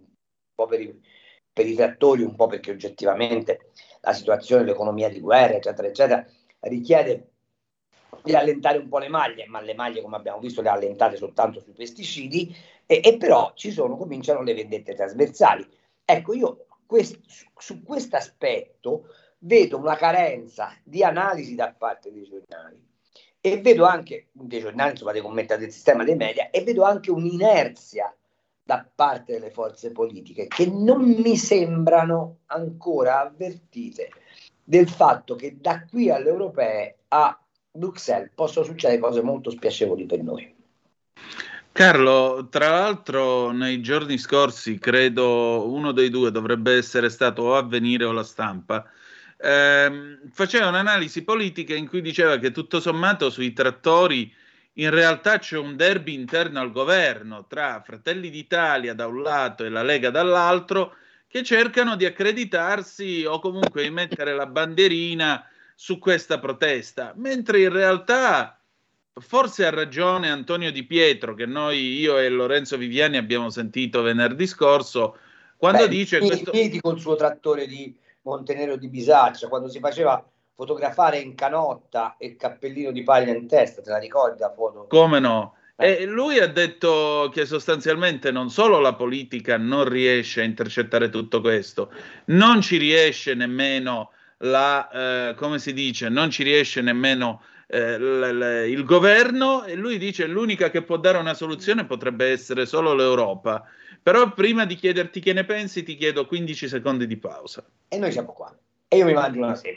i trattori, un po' perché oggettivamente la situazione, l'economia di guerra, eccetera, eccetera, richiede di allentare un po' le maglie, ma le maglie, come abbiamo visto, le ha allentate soltanto sui pesticidi, e però cominciano le vendette trasversali. Ecco, io su questo aspetto vedo una carenza di analisi da parte dei giornali, e vedo anche dei giornali, insomma, dei commentatori del sistema dei media, e vedo anche un'inerzia da parte delle forze politiche che non mi sembrano ancora avvertite del fatto che da qui alle europee a Bruxelles possono succedere cose molto spiacevoli per noi. Carlo, tra l'altro nei giorni scorsi, credo uno dei due dovrebbe essere stato o Avvenire o La Stampa, faceva un'analisi politica in cui diceva che tutto sommato sui trattori in realtà c'è un derby interno al governo tra Fratelli d'Italia da un lato e la Lega dall'altro, che cercano di accreditarsi o comunque di mettere la bandierina su questa protesta, mentre in realtà forse ha ragione Antonio Di Pietro, che io e Lorenzo Viviani abbiamo sentito venerdì scorso, quando dice questo... col suo trattore di Montenero di Bisaccia, quando si faceva fotografare in canotta e il cappellino di paglia in testa, te la ricordi la foto? Come no? E lui ha detto che sostanzialmente non solo la politica non riesce a intercettare tutto questo, non ci riesce nemmeno come si dice, non ci riesce nemmeno il governo, e lui dice l'unica che può dare una soluzione potrebbe essere solo l'Europa. Però prima di chiederti che ne pensi ti chiedo 15 secondi di pausa. E noi siamo qua. E io mi mangio una sema.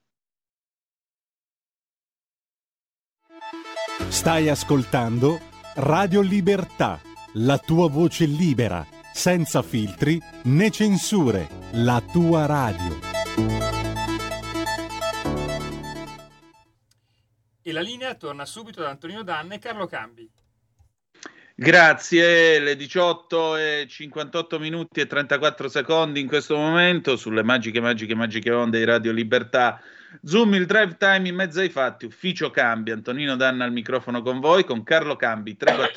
Stai ascoltando Radio Libertà, la tua voce libera, senza filtri né censure, la tua radio. e la linea torna subito da Antonino Danna e Carlo Cambi. Grazie, le 18:58 e 34 secondi in questo momento sulle magiche onde di Radio Libertà. Zoom, il drive time in mezzo ai fatti, ufficio Cambi, Antonino Danna al microfono con voi, con Carlo Cambi,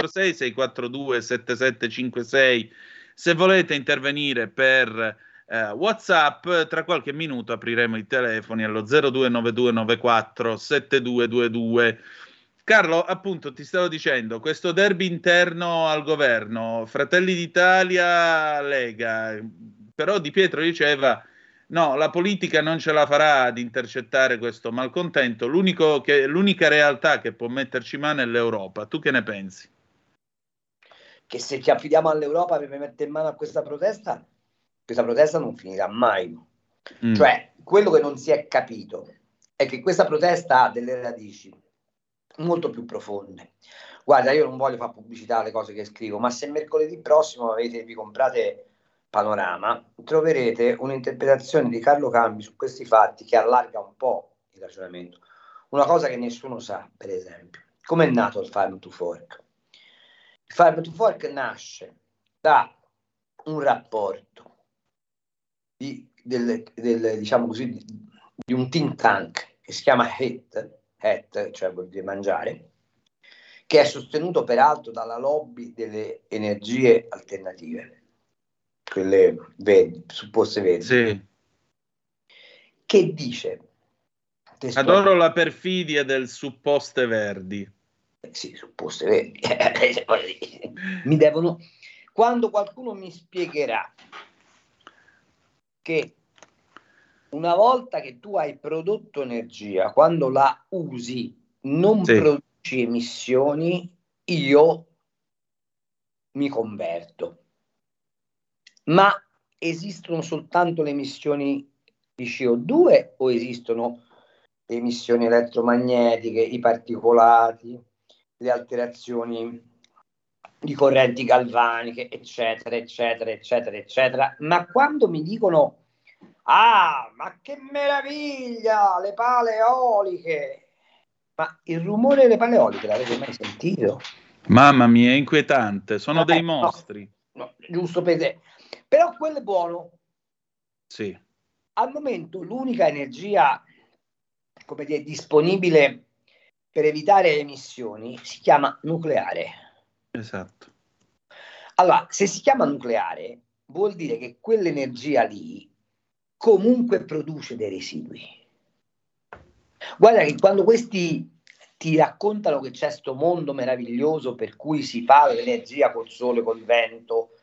346-642-7756. Se volete intervenire per WhatsApp, tra qualche minuto apriremo i telefoni allo 0292947222. Carlo, appunto, ti stavo dicendo, questo derby interno al governo, Fratelli d'Italia, Lega, però Di Pietro diceva no, la politica non ce la farà ad intercettare questo malcontento, l'unica realtà che può metterci mano è l'Europa. Tu che ne pensi? Che se ci affidiamo all'Europa per mettere in mano a questa protesta non finirà mai. Cioè, quello che non si è capito è che questa protesta ha delle radici molto più profonde. Guarda, io non voglio fare pubblicità alle cose che scrivo, ma se mercoledì prossimo vi comprate Panorama, troverete un'interpretazione di Carlo Cambi su questi fatti che allarga un po' il ragionamento. Una cosa che nessuno sa, per esempio, come è nato il Farm to Fork. Il Farm to Fork nasce da un rapporto diciamo così, di un think tank che si chiama HET, cioè vuol dire mangiare, che è sostenuto peraltro dalla lobby delle energie alternative, quelle verdi, supposte verdi, sì. Che dice adoro la perfidia del supposte verdi. Sì, supposte verdi. Mi devono, quando qualcuno mi spiegherà che una volta che tu hai prodotto energia, quando la usi non produci emissioni, io mi converto. Ma esistono soltanto le emissioni di CO2 o esistono le emissioni elettromagnetiche, i particolati, le alterazioni di correnti galvaniche, eccetera, eccetera, eccetera, eccetera? Ma quando mi dicono ma che meraviglia, le pale eoliche! Ma il rumore delle pale eoliche l'avete mai sentito? Mamma mia, è inquietante, sono dei mostri. No, giusto per te. Però quello è buono. Sì. Al momento l'unica energia, come dire, disponibile per evitare le emissioni si chiama nucleare. Esatto. Allora, se si chiama nucleare, vuol dire che quell'energia lì comunque produce dei residui. Guarda che quando questi ti raccontano che c'è sto mondo meraviglioso per cui si fa l'energia col sole, col vento,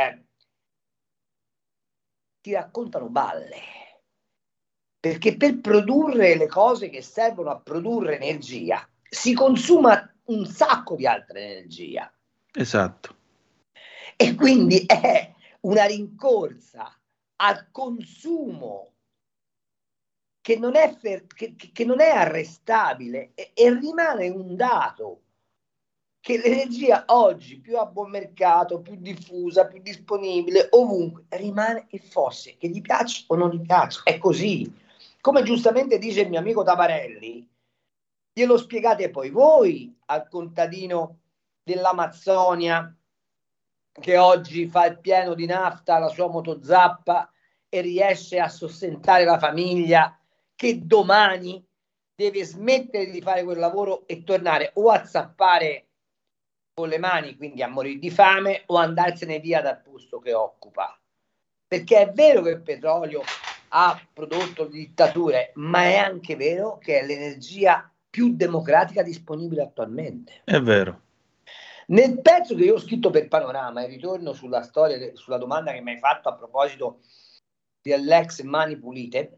ti raccontano balle. Perché per produrre le cose che servono a produrre energia si consuma un sacco di altra energia. Esatto. E quindi è una rincorsa al consumo che non è, che non è arrestabile e rimane un dato che l'energia oggi più a buon mercato, più diffusa, più disponibile, ovunque, rimane il fossile, che gli piace o non gli piace, è così. Come giustamente dice il mio amico Tabarelli, glielo spiegate poi voi al contadino dell'Amazzonia che oggi fa il pieno di nafta alla sua motozappa e riesce a sostentare la famiglia, che domani deve smettere di fare quel lavoro e tornare o a zappare con le mani, quindi a morire di fame, o andarsene via dal posto che occupa. Perché è vero che il petrolio ha prodotto dittature, ma è anche vero che è l'energia più democratica disponibile attualmente. È vero. Nel pezzo che io ho scritto per Panorama, e ritorno sulla storia, sulla domanda che mi hai fatto a proposito dell'ex Mani Pulite,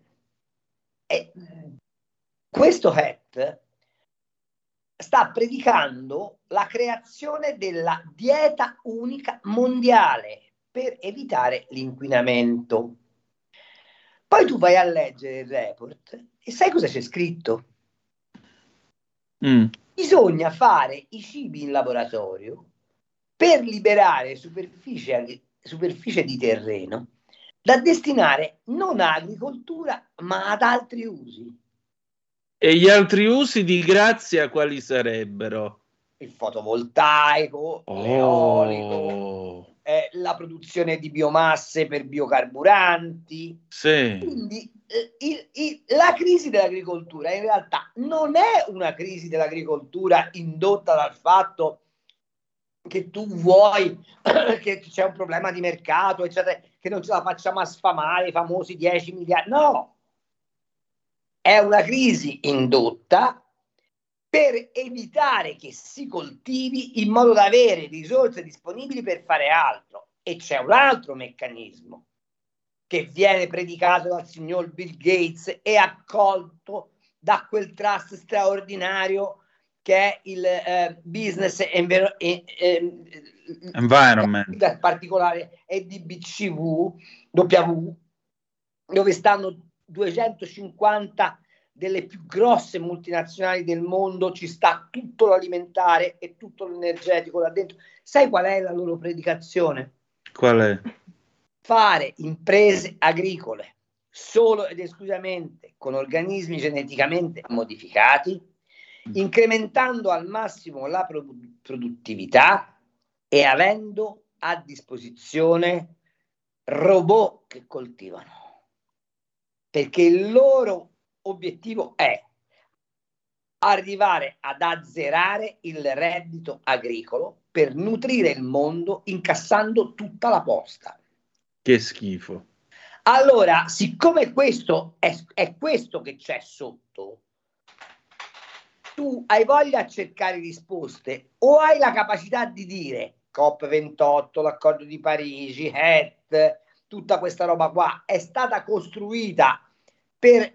questo hat sta predicando la creazione della dieta unica mondiale per evitare l'inquinamento. Poi tu vai a leggere il report e sai cosa c'è scritto? Bisogna fare i cibi in laboratorio per liberare superficie di terreno da destinare non a agricoltura ma ad altri usi. E gli altri usi di Grazia quali sarebbero? Il fotovoltaico, l'eolico, la produzione di biomasse per biocarburanti. Sì. Quindi la crisi dell'agricoltura in realtà non è una crisi dell'agricoltura indotta dal fatto che tu vuoi che c'è un problema di mercato, eccetera, che non ce la facciamo a sfamare i famosi 10 miliardi. No, è una crisi indotta per evitare che si coltivi in modo da avere risorse disponibili per fare altro. E c'è un altro meccanismo che viene predicato dal signor Bill Gates e accolto da quel trust straordinario che è il Business Environment, in particolare EDBCW, dove stanno 250 delle più grosse multinazionali del mondo, ci sta tutto l'alimentare e tutto l'energetico là dentro. Sai qual è la loro predicazione? Qual è? Fare imprese agricole solo ed esclusivamente con organismi geneticamente modificati, incrementando al massimo la produttività e avendo a disposizione robot che coltivano, perché il loro obiettivo è arrivare ad azzerare il reddito agricolo per nutrire il mondo incassando tutta la posta. Che schifo. Allora, siccome questo è questo che c'è sotto, tu hai voglia a cercare risposte o hai la capacità di dire COP28, l'accordo di Parigi, tutta questa roba qua è stata costruita per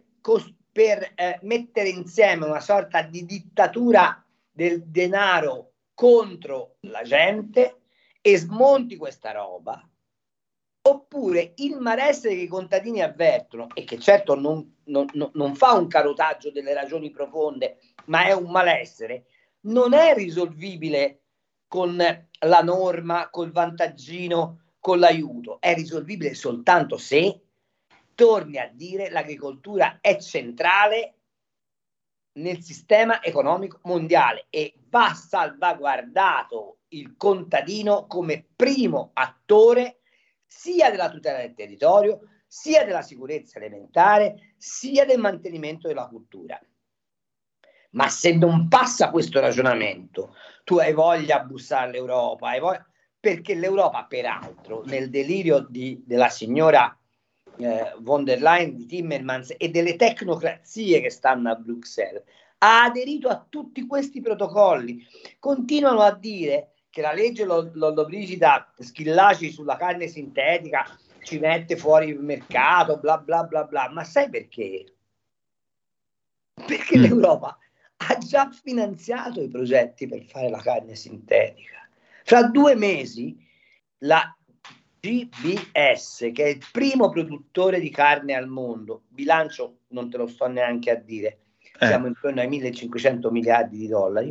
mettere insieme una sorta di dittatura del denaro contro la gente e smonti questa roba, oppure il malessere che i contadini avvertono, e che certo non fa un carotaggio delle ragioni profonde, ma è un malessere, non è risolvibile con la norma, col vantaggino, con l'aiuto, è risolvibile soltanto se torni a dire l'agricoltura è centrale nel sistema economico mondiale e va salvaguardato il contadino come primo attore sia della tutela del territorio, sia della sicurezza alimentare, sia del mantenimento della cultura. Ma se non passa questo ragionamento, tu hai voglia a bussare all'Europa, perché l'Europa, peraltro, nel delirio della signora von der Leyen, di Timmermans e delle tecnocrazie che stanno a Bruxelles, ha aderito a tutti questi protocolli. Continuano a dire che la legge Lollobrigida Schillaci sulla carne sintetica ci mette fuori il mercato, bla bla bla bla. Ma sai perché? Perché l'Europa ha già finanziato i progetti per fare la carne sintetica. Fra 2 mesi la GBS, che è il primo produttore di carne al mondo, bilancio non te lo sto neanche a dire, siamo intorno ai 1.500 miliardi di dollari,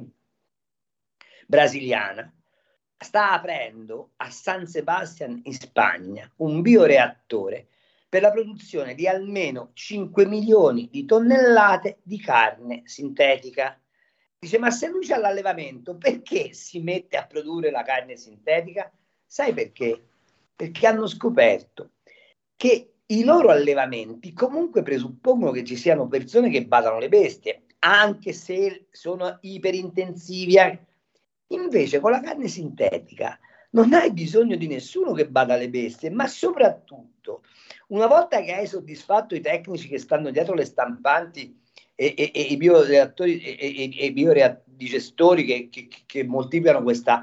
brasiliana, sta aprendo a San Sebastian in Spagna un bioreattore per la produzione di almeno 5 milioni di tonnellate di carne sintetica. Dice, ma se lui c'ha l'allevamento, perché si mette a produrre la carne sintetica? Sai perché? Perché hanno scoperto che i loro allevamenti comunque presuppongono che ci siano persone che badano le bestie, anche se sono iperintensivi. Invece con la carne sintetica non hai bisogno di nessuno che bada alle bestie, ma soprattutto una volta che hai soddisfatto i tecnici che stanno dietro le stampanti e i bioreattori e i biodigestori che moltiplicano questa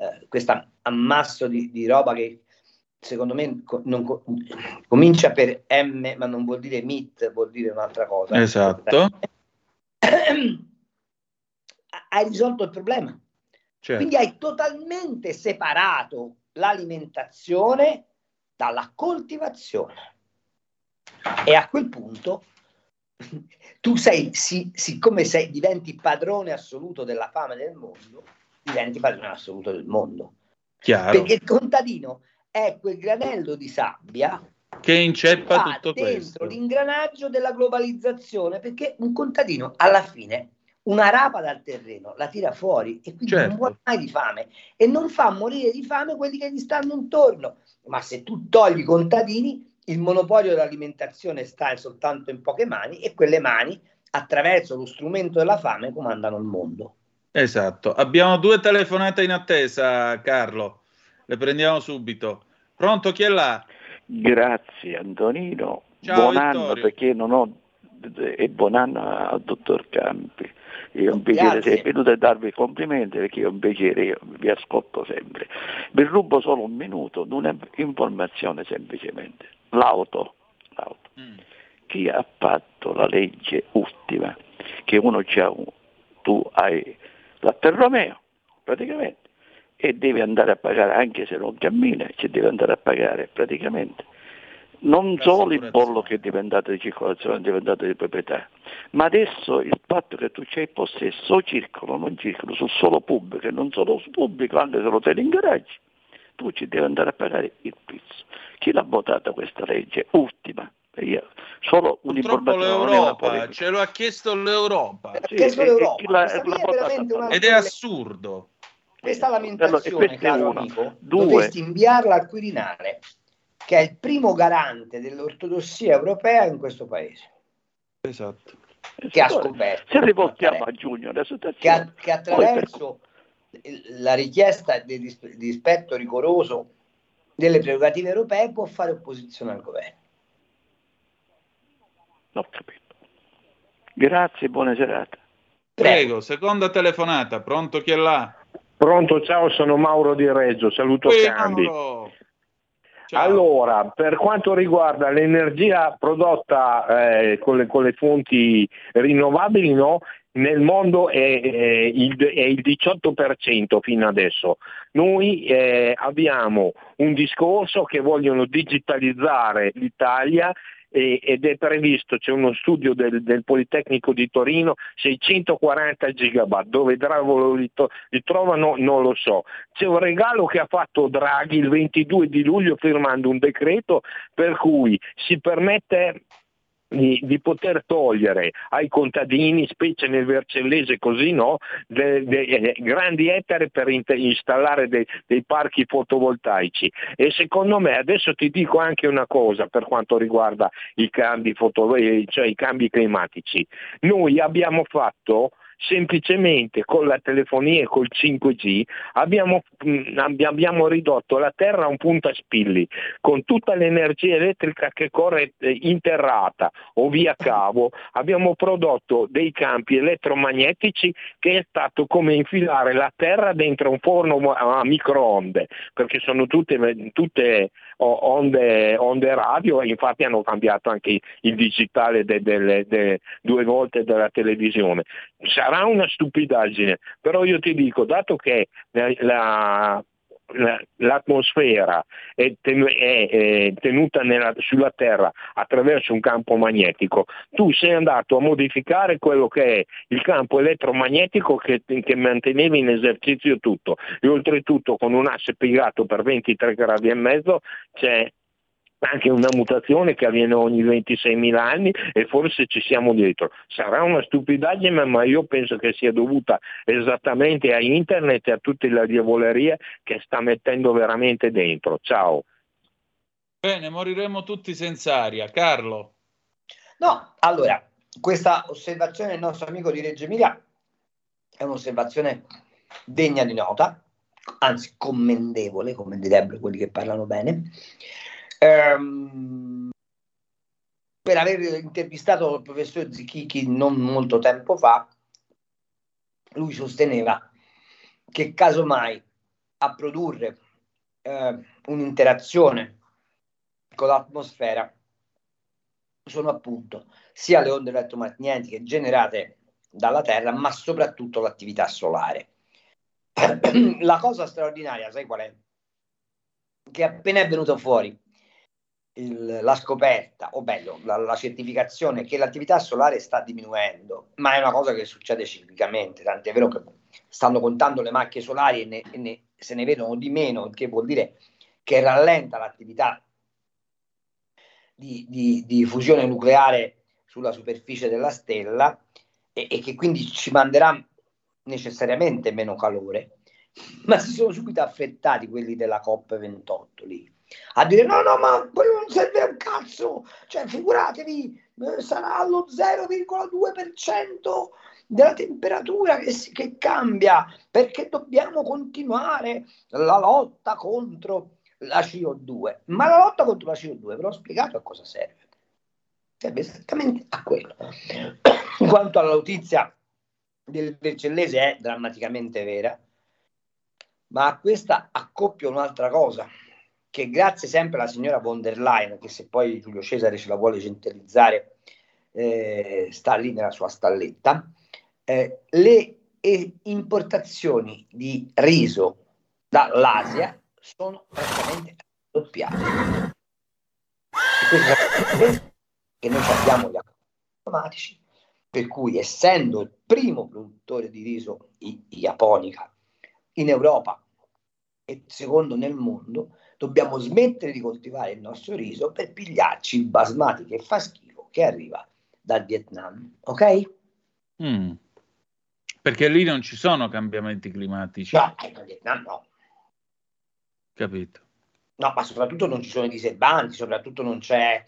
ammasso di roba che secondo me comincia per M ma non vuol dire meat, vuol dire un'altra cosa. Esatto. Hai risolto il problema. Certo. Quindi hai totalmente separato l'alimentazione dalla coltivazione. E a quel punto tu siccome diventi padrone assoluto della fame del mondo, diventi padrone assoluto del mondo. Chiaro. Perché il contadino è quel granello di sabbia che inceppa va tutto dentro questo. l'ingranaggio della globalizzazione, perché un contadino alla fine una rapa dal terreno la tira fuori e quindi non muore mai di fame e non fa morire di fame quelli che gli stanno intorno. Ma se tu togli i contadini, il monopolio dell'alimentazione sta soltanto in poche mani e quelle mani, attraverso lo strumento della fame, comandano il mondo. Esatto. Abbiamo 2 telefonate in attesa, Carlo. Le prendiamo subito. Pronto, chi è là? Grazie Antonino. Ciao, buon anno, Vittorio. perché non ho, e buon anno al dottor Campi. È un piacere, sei venuto a darvi complimenti, perché è un piacere, io vi ascolto sempre. Vi rubo solo un minuto, un'informazione semplicemente. L'auto. Chi ha fatto la legge ultima, che uno c'ha, tu hai l'Alfa Romeo praticamente, e devi andare a pagare, anche se non cammina, ci devi andare a pagare praticamente non solo il bollo che è diventato di circolazione, è diventato di proprietà, ma adesso il fatto che tu c'hai possesso, o circolo, non circolo, sul suolo pubblico e non solo sul pubblico, anche se lo tieni in garage, tu ci devi andare a pagare il pizzo. Chi l'ha votata questa legge ultima? Io, solo un'informazione, non è una polemica. Ce lo ha chiesto l'Europa. Sì, chiesto l'Europa. Ed è assurdo. Questa lamentazione, caro amico, dovresti inviarla al Quirinale, che è il primo garante dell'ortodossia europea in questo paese. Esatto. Che ha scoperto se riportiamo a giugno la situazione, che attraverso la richiesta di rispetto rigoroso delle prerogative europee può fare opposizione al governo. Ho capito. Grazie, buona serata. Prego, seconda telefonata. Pronto, chi è là? Pronto, ciao, sono Mauro di Reggio, saluto Cambi. Mauro. Allora, per quanto riguarda l'energia prodotta con le fonti rinnovabili, no? Nel mondo è il 18% fino adesso. Noi abbiamo un discorso che vogliono digitalizzare l'Italia ed è previsto, c'è uno studio del Politecnico di Torino, 640 gigawatt, dove li trovano non lo so. C'è un regalo che ha fatto Draghi il 22 di luglio firmando un decreto per cui si permette di poter togliere ai contadini, specie nel Vercellese così, no, grandi ettari per installare dei parchi fotovoltaici. E secondo me, adesso ti dico anche una cosa per quanto riguarda i cambi cioè i cambi climatici. Noi abbiamo fatto semplicemente con la telefonia e col 5G abbiamo ridotto la Terra a un punto a spilli, con tutta l'energia elettrica che corre interrata o via cavo. Abbiamo prodotto dei campi elettromagnetici che è stato come infilare la Terra dentro un forno a microonde, perché sono tutte onde radio, e infatti hanno cambiato anche il digitale 2 volte della televisione. Sarà una stupidaggine, però io ti dico, dato che l'atmosfera è tenuta sulla Terra attraverso un campo magnetico, tu sei andato a modificare quello che è il campo elettromagnetico che mantenevi in esercizio tutto, e oltretutto con un asse piegato per 23 gradi e mezzo c'è anche una mutazione che avviene ogni 26.000 anni e forse ci siamo dietro. Sarà una stupidaggine, ma io penso che sia dovuta esattamente a internet e a tutte le diavolerie che sta mettendo veramente dentro. Ciao. Bene, moriremo tutti senza aria. Carlo? No, allora, questa osservazione del nostro amico di Reggio Emilia è un'osservazione degna di nota, anzi commendevole, come direbbero quelli che parlano bene. Per aver intervistato il professor Zichichi non molto tempo fa, lui sosteneva che casomai a produrre un'interazione con l'atmosfera sono appunto sia le onde elettromagnetiche generate dalla Terra, ma soprattutto l'attività solare. La cosa straordinaria, sai qual è? Che appena è venuto fuori la scoperta, o meglio, la certificazione che l'attività solare sta diminuendo, ma è una cosa che succede ciclicamente, tant'è vero che stanno contando le macchie solari e se ne vedono di meno, il che vuol dire che rallenta l'attività di fusione nucleare sulla superficie della stella e che quindi ci manderà necessariamente meno calore, ma si sono subito affrettati quelli della COP28 lì a dire no, ma quello non serve a un cazzo, cioè figuratevi, sarà allo 0,2% della temperatura che cambia, perché dobbiamo continuare la lotta contro la CO2. Ma la lotta contro la CO2, ve l'ho spiegato a cosa serve. Serve esattamente a quello. Quanto alla notizia del Vercellese è drammaticamente vera, ma a questa accoppio un'altra cosa, che grazie sempre alla signora von der Leyen, che se poi Giulio Cesare ce la vuole centralizzare, sta lì nella sua stalletta, le importazioni di riso dall'Asia sono praticamente raddoppiate. E questo è che noi abbiamo gli accordi automatici, per cui essendo il primo produttore di riso japonica in Europa e secondo nel mondo, dobbiamo smettere di coltivare il nostro riso per pigliarci il basmati che fa schifo, che arriva dal Vietnam, ok? Perché lì non ci sono cambiamenti climatici. No, in Vietnam no. Capito. No, ma soprattutto non ci sono i diserbanti, soprattutto non c'è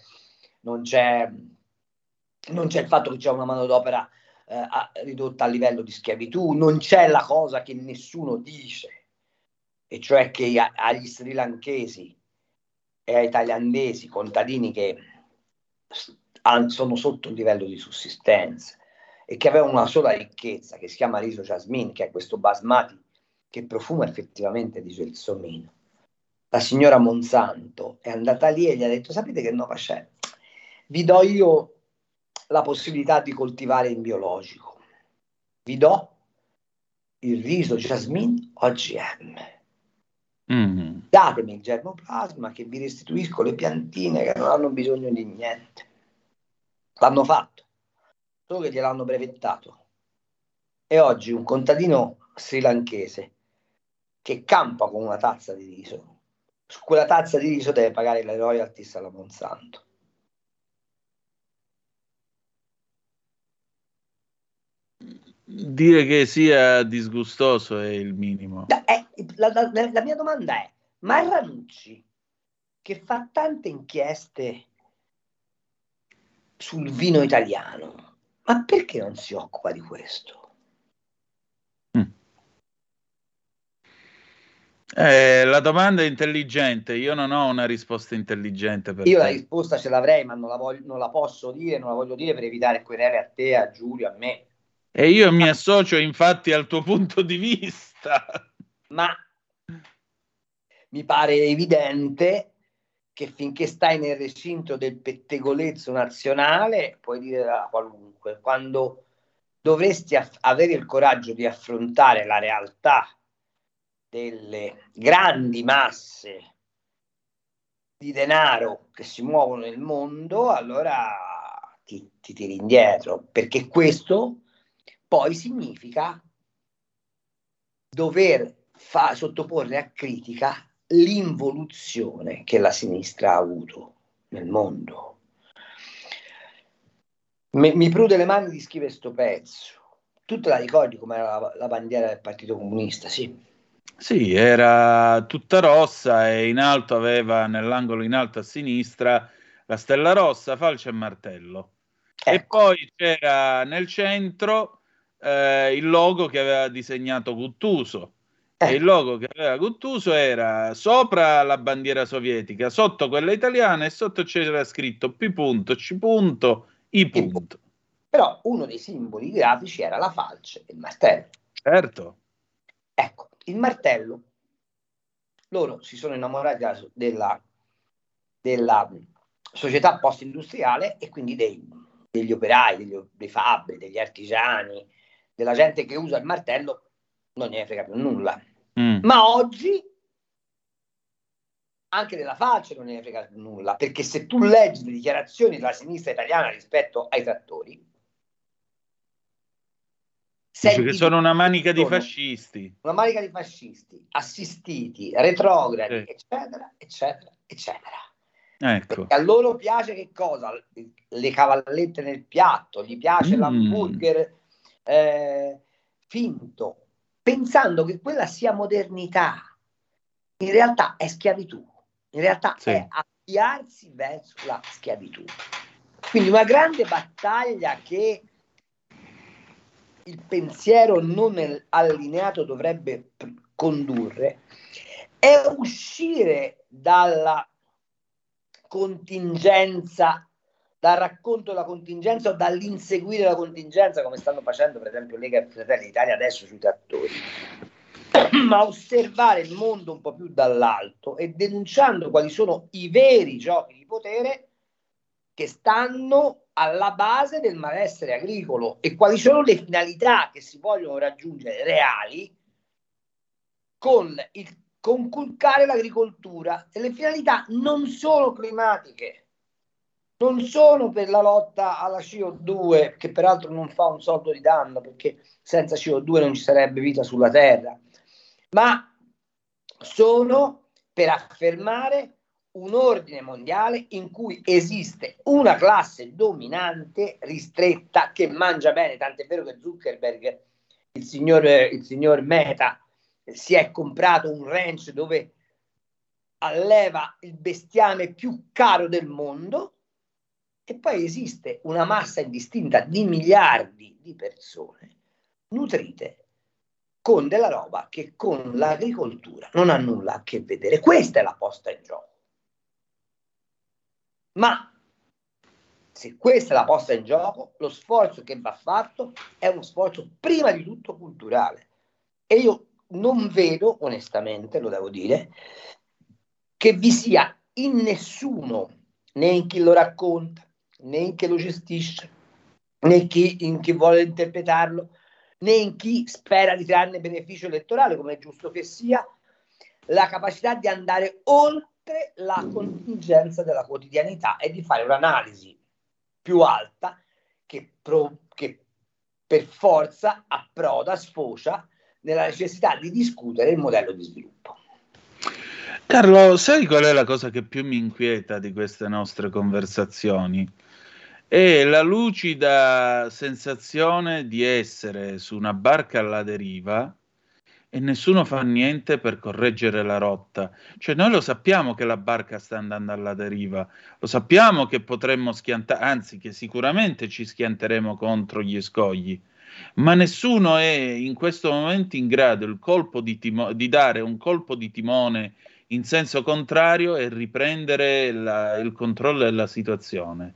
il fatto che c'è una manodopera ridotta a livello di schiavitù, non c'è la cosa che nessuno dice, e cioè che agli srilankesi e ai thailandesi, contadini che sono sotto il livello di sussistenza e che avevano una sola ricchezza che si chiama riso jasmine, che è questo basmati che profuma effettivamente di gelsomino. La signora Monsanto è andata lì e gli ha detto: sapete che nuova c'è? Vi do io la possibilità di coltivare in biologico, vi do il riso jasmine OGM. Datemi il germoplasma che vi restituisco le piantine che non hanno bisogno di niente. L'hanno fatto, solo che gliel'hanno brevettato. E oggi un contadino srilankese che campa con una tazza di riso, su quella tazza di riso deve pagare le royalties alla Monsanto. Dire che sia disgustoso è il minimo. La mia domanda è: ma Ranucci, che fa tante inchieste sul vino italiano, ma perché non si occupa di questo? La domanda è intelligente, io non ho una risposta intelligente per Io te. la risposta ce l'avrei, ma non la posso dire, non la voglio dire per evitare querele a te, a Giulio, a me. E io mi associo infatti al tuo punto di vista. Ma mi pare evidente che finché stai nel recinto del pettegolezzo nazionale puoi dire la qualunque, quando dovresti avere il coraggio di affrontare la realtà delle grandi masse di denaro che si muovono nel mondo, allora ti tiri indietro, perché questo poi significa dover sottoporre a critica l'involuzione che la sinistra ha avuto nel mondo. Mi prude le mani di scrivere sto pezzo. Tu te la ricordi com'era la bandiera del Partito Comunista? Sì. Sì, era tutta rossa e in alto aveva, nell'angolo in alto a sinistra, la stella rossa, falce e martello. Ecco. E poi c'era nel centro il logo che aveva disegnato Guttuso. E il logo che aveva Guttuso era sopra la bandiera sovietica, sotto quella italiana, e sotto c'era scritto P punto, C punto, I punto. Però uno dei simboli grafici era la falce e il martello. Certo. Ecco, il martello, loro si sono innamorati della società post-industriale e quindi degli operai, dei fabbri, degli artigiani, della gente che usa il martello, non ne frega più nulla. Ma oggi anche della falce non ne frega più nulla, perché se tu leggi le dichiarazioni della sinistra italiana rispetto ai trattori, dice che sono una manica di fascisti. Una manica di fascisti, assistiti, retrogradi, eccetera, eccetera, eccetera. Ecco. Perché a loro piace che cosa? Le cavallette nel piatto, gli piace l'hamburger finto, pensando che quella sia modernità. In realtà è schiavitù, in realtà è avviarsi verso la schiavitù. Quindi una grande battaglia che il pensiero non allineato dovrebbe condurre è uscire dalla contingenza, dal racconto della contingenza o dall'inseguire la contingenza, come stanno facendo per esempio Lega e Fratelli d'Italia adesso sui trattori, ma osservare il mondo un po' più dall'alto e denunciando quali sono i veri giochi di potere che stanno alla base del malessere agricolo e quali sono le finalità che si vogliono raggiungere reali con conculcare l'agricoltura. E le finalità non sono climatiche, non sono per la lotta alla CO2, che peraltro non fa un soldo di danno, perché senza CO2 non ci sarebbe vita sulla Terra, ma sono per affermare un ordine mondiale in cui esiste una classe dominante ristretta che mangia bene, tant'è vero che Zuckerberg, il signor Meta, si è comprato un ranch dove alleva il bestiame più caro del mondo, e poi esiste una massa indistinta di miliardi di persone nutrite con della roba che con l'agricoltura non ha nulla a che vedere. Questa è la posta in gioco. Ma se questa è la posta in gioco, lo sforzo che va fatto è uno sforzo prima di tutto culturale. E io non vedo, onestamente, lo devo dire, che vi sia in nessuno, né in chi lo racconta, né in chi lo gestisce, né in chi vuole interpretarlo, né in chi spera di trarne beneficio elettorale, come è giusto che sia, la capacità di andare oltre la contingenza della quotidianità e di fare un'analisi più alta che per forza approda, sfocia nella necessità di discutere il modello di sviluppo. Carlo, sai qual è la cosa che più mi inquieta di queste nostre conversazioni? È la lucida sensazione di essere su una barca alla deriva e nessuno fa niente per correggere la rotta. Cioè noi lo sappiamo che la barca sta andando alla deriva, lo sappiamo che potremmo schiantare, anzi che sicuramente ci schianteremo contro gli scogli, ma nessuno è in questo momento in grado di dare un colpo di timone in senso contrario e riprendere il controllo della situazione.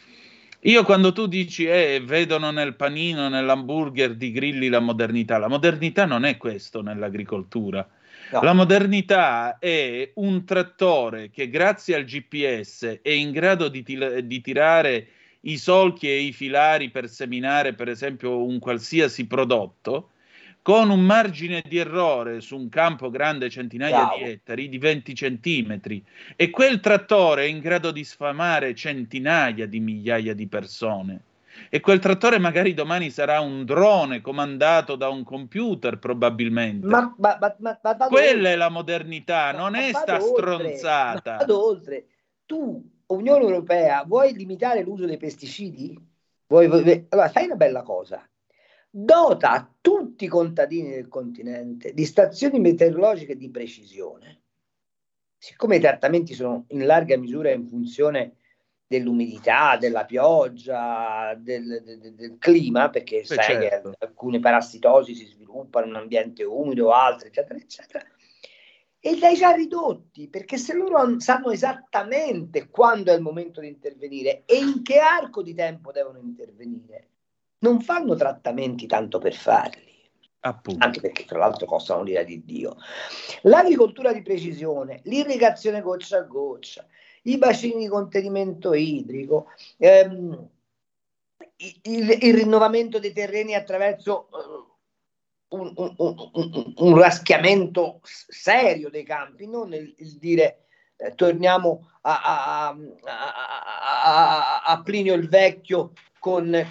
Io quando tu dici vedono nel panino, nell'hamburger di Grilli la modernità non è questo nell'agricoltura. No. La modernità è un trattore che grazie al GPS è in grado di tirare i solchi e i filari per seminare per esempio un qualsiasi prodotto con un margine di errore su un campo grande centinaia di ettari di 20 centimetri, e quel trattore è in grado di sfamare centinaia di migliaia di persone, e quel trattore magari domani sarà un drone comandato da un computer probabilmente. Ma quella è la modernità, non è sta stronzata. Vado oltre. Tu, Unione Europea, vuoi limitare l'uso dei pesticidi? Allora fai una bella cosa. Dota a tutti i contadini del continente di stazioni meteorologiche di precisione. Siccome i trattamenti sono in larga misura in funzione dell'umidità, della pioggia, del clima, perché sai che alcune parassitosi si sviluppano in un ambiente umido, altre, eccetera, eccetera, e li hai già ridotti, perché se loro sanno esattamente quando è il momento di intervenire e in che arco di tempo devono intervenire, non fanno trattamenti tanto per farli, appunto. Anche perché tra l'altro costano l'ira di Dio. L'agricoltura di precisione, l'irrigazione goccia a goccia, i bacini di contenimento idrico, il rinnovamento dei terreni attraverso un raschiamento serio dei campi, non il dire torniamo a Plinio il Vecchio con le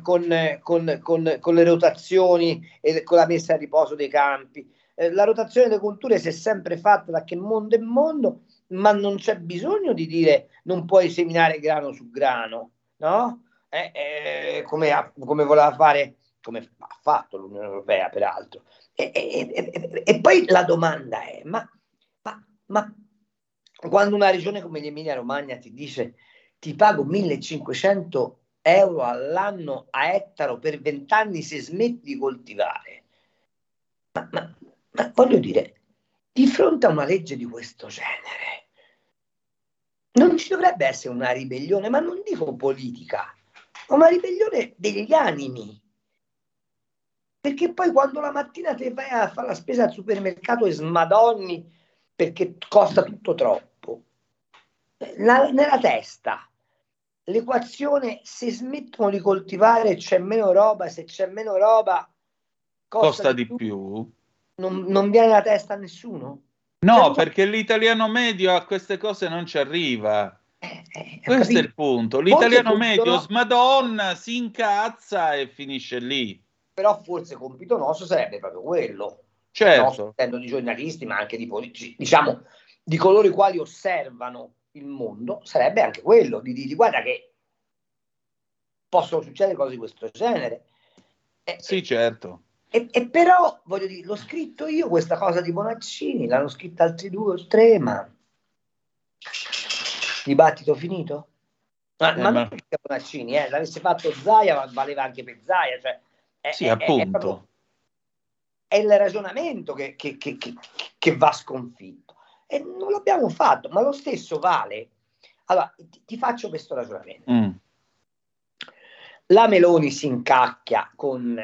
rotazioni e con la messa a riposo dei campi. La rotazione delle culture si è sempre fatta da che mondo è mondo, ma non c'è bisogno di dire non puoi seminare grano su grano, no? Come voleva fare, come ha fatto l'Unione Europea peraltro. E poi la domanda è, ma quando una regione come l'Emilia Romagna ti dice ti pago 1.500 euro all'anno a ettaro per 20 anni se smetti di coltivare, ma voglio dire, di fronte a una legge di questo genere non ci dovrebbe essere una ribellione, ma non dico politica, ma una ribellione degli animi. Perché poi quando la mattina te vai a fare la spesa al supermercato e smadonni perché costa tutto troppo, nella testa l'equazione se smettono di coltivare c'è meno roba, se c'è meno roba costa di più. Non viene alla testa a nessuno? No, perché l'italiano medio a queste cose non ci arriva. Questo è il punto. L'italiano medio smadonna, si incazza e finisce lì. Però forse compito nostro sarebbe proprio quello. Certo. Intendo di giornalisti, ma anche di politici, diciamo, di coloro i quali osservano il mondo, sarebbe anche quello, di dire guarda che possono succedere cose di questo genere. Sì, certo. E però, voglio dire, l'ho scritto io questa cosa di Bonaccini, l'hanno scritta altri 2 o 3, ma dibattito finito? Ma non perché Bonaccini, l'avesse fatto Zaia, valeva anche per Zaia, cioè sì, appunto. È il ragionamento che va sconfitto. E non l'abbiamo fatto, ma lo stesso vale. Allora, ti faccio questo ragionamento. La Meloni si incacchia con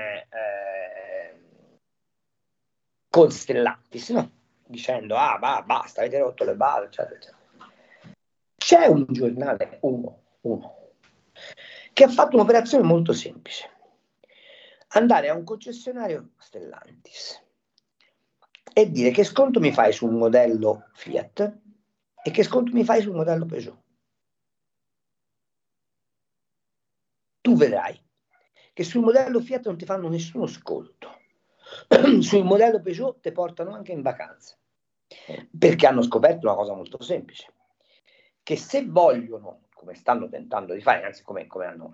Stellantis, no? Dicendo, basta, avete rotto le balle, eccetera, eccetera. C'è un giornale, uno, che ha fatto un'operazione molto semplice. Andare a un concessionario Stellantis e dire che sconto mi fai sul modello Fiat e che sconto mi fai sul modello Peugeot. Tu vedrai che sul modello Fiat non ti fanno nessuno sconto. Sul modello Peugeot ti portano anche in vacanza, perché hanno scoperto una cosa molto semplice, che se vogliono, come stanno tentando di fare, anzi come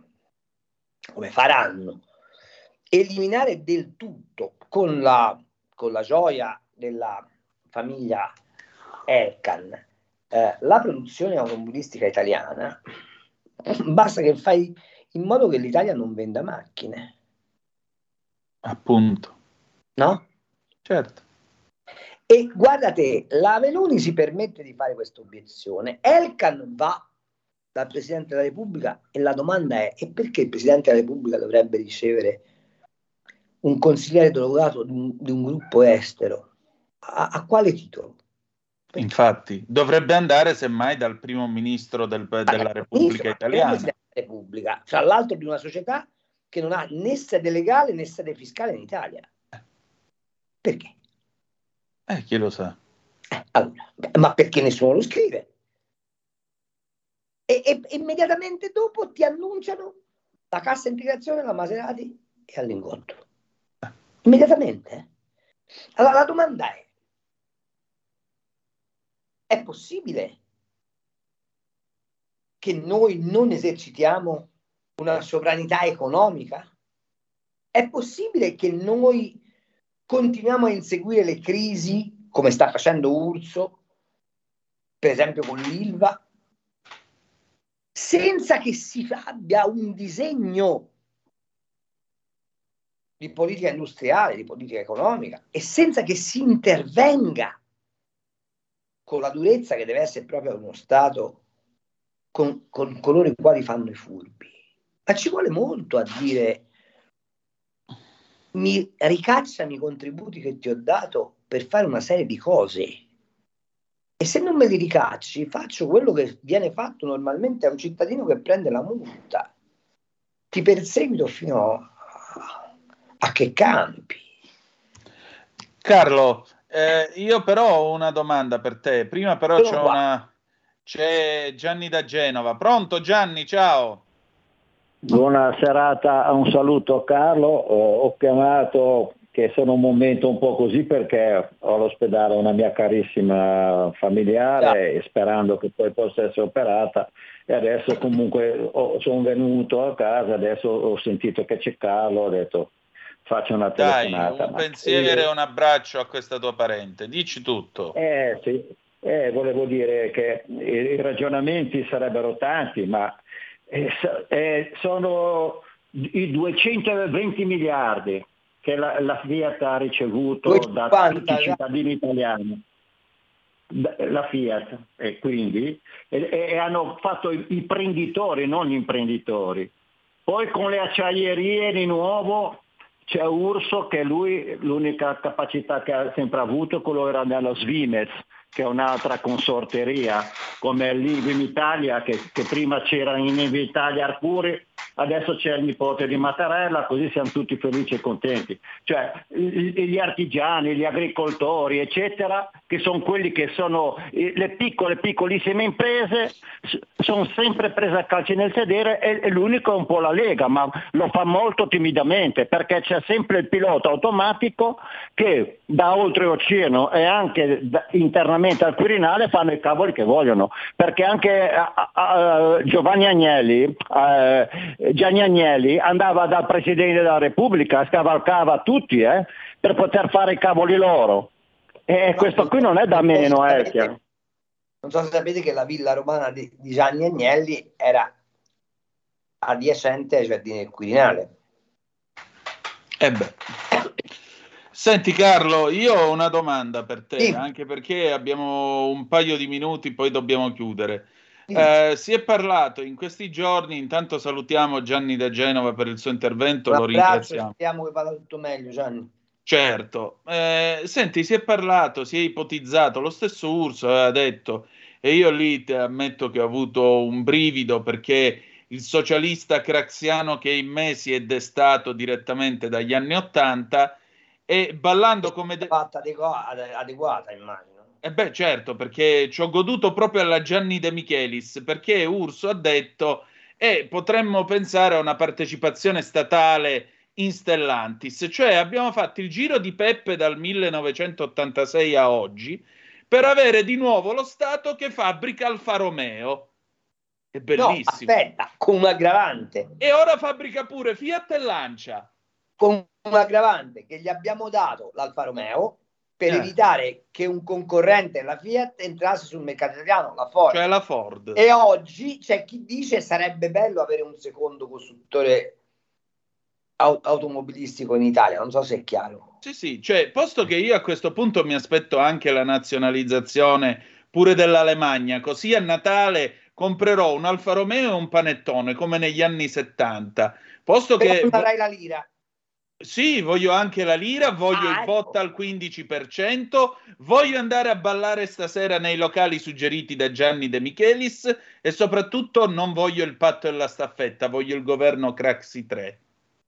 faranno, eliminare del tutto con la gioia della famiglia Elkann la produzione automobilistica italiana, basta che fai in modo che l'Italia non venda macchine. Appunto. No? Certo. E guardate, la Meloni si permette di fare questa obiezione. Elkann va dal Presidente della Repubblica e la domanda è: e perché il Presidente della Repubblica dovrebbe ricevere un consigliere delegato di un gruppo estero? A quale titolo? Perché? Infatti, dovrebbe andare semmai dal primo ministro della Repubblica Italiana. Della Repubblica, tra l'altro di una società che non ha né sede legale né sede fiscale in Italia. Perché? Chi lo sa? Allora, ma perché nessuno lo scrive? E immediatamente dopo ti annunciano la cassa integrazione alla Maserati e all'Lingotto. Immediatamente. Allora la domanda è possibile che noi non esercitiamo una sovranità economica? È possibile che noi continuiamo a inseguire le crisi come sta facendo Urso, per esempio con l'Ilva, senza che si abbia un disegno di politica industriale, di politica economica, e senza che si intervenga con la durezza che deve essere proprio uno Stato con coloro i quali fanno i furbi? Ma ci vuole molto a dire: ricacciami i contributi che ti ho dato per fare una serie di cose, e se non me li ricacci faccio quello che viene fatto normalmente a un cittadino che prende la multa, ti perseguito fino a che campi. Carlo, io però ho una domanda per te. Prima però c'è Gianni da Genova. Pronto Gianni, ciao. Buona serata, un saluto Carlo. Ho chiamato che sono un momento un po' così perché ho all'ospedale una mia carissima familiare e sperando che poi possa essere operata, e adesso comunque sono venuto a casa, adesso ho sentito che c'è Carlo, ho detto faccio una telefonata. Dai, un pensiero e un abbraccio a questa tua parente, dici tutto. Sì. Volevo dire che i ragionamenti sarebbero tanti, ma sono i 220 miliardi che la Fiat ha ricevuto da tutti i cittadini italiani, la Fiat, e quindi hanno fatto i imprenditori, non gli imprenditori. Poi con le acciaierie di nuovo c'è Urso, che lui l'unica capacità che ha sempre avuto, quello era nello Svimez, che è un'altra consorteria, come l'Ivim Italia, che prima c'era in Italia Arcuri, adesso c'è il nipote di Mattarella, così siamo tutti felici e contenti. Cioè gli artigiani, gli agricoltori, eccetera, che sono quelli che sono le piccolissime imprese, sono sempre prese a calci nel sedere, e l'unico è un po' la Lega, ma lo fa molto timidamente, perché c'è sempre il pilota automatico che da oltreoceano e anche internamente al Quirinale fanno i cavoli che vogliono, perché anche Gianni Agnelli andava dal Presidente della Repubblica, scavalcava tutti per poter fare i cavoli loro, e questo qui non è da meno. Non so se sapete che la villa romana di Gianni Agnelli era adiacente ai giardini del Quirinale. Senti Carlo, io ho una domanda per te, anche perché abbiamo un paio di minuti, poi dobbiamo chiudere. Si è parlato in questi giorni, intanto salutiamo Gianni da Genova per il suo intervento, lo ringraziamo. Speriamo che vada tutto meglio, Gianni. Certo, senti, si è parlato, si è ipotizzato, lo stesso Urso aveva detto, e io lì ti ammetto che ho avuto un brivido, perché il socialista craxiano che in me si è destato direttamente dagli anni '80, e ballando come fatta adeguata, immagino. Certo, perché ci ho goduto proprio alla Gianni De Michelis, perché Urso ha detto potremmo pensare a una partecipazione statale in Stellantis, cioè abbiamo fatto il giro di Peppe dal 1986 a oggi per avere di nuovo lo Stato che fabbrica Alfa Romeo. È bellissimo. No, aspetta, con un aggravante. E ora fabbrica pure Fiat e Lancia. Con un aggravante, che gli abbiamo dato l'Alfa Romeo per evitare che un concorrente, la Fiat, entrasse sul mercato italiano, la Ford. Cioè la Ford. E oggi c'è chi dice sarebbe bello avere un secondo costruttore automobilistico in Italia, non so se è chiaro. Sì, cioè, posto che io a questo punto mi aspetto anche la nazionalizzazione pure dell'Alemagna, così a Natale comprerò un Alfa Romeo e un panettone come negli anni 70. Posto che avrai la lira. Sì, voglio anche la lira, voglio il botta al 15%, voglio andare a ballare stasera nei locali suggeriti da Gianni De Michelis, e soprattutto non voglio il patto e la staffetta, voglio il governo Craxi 3.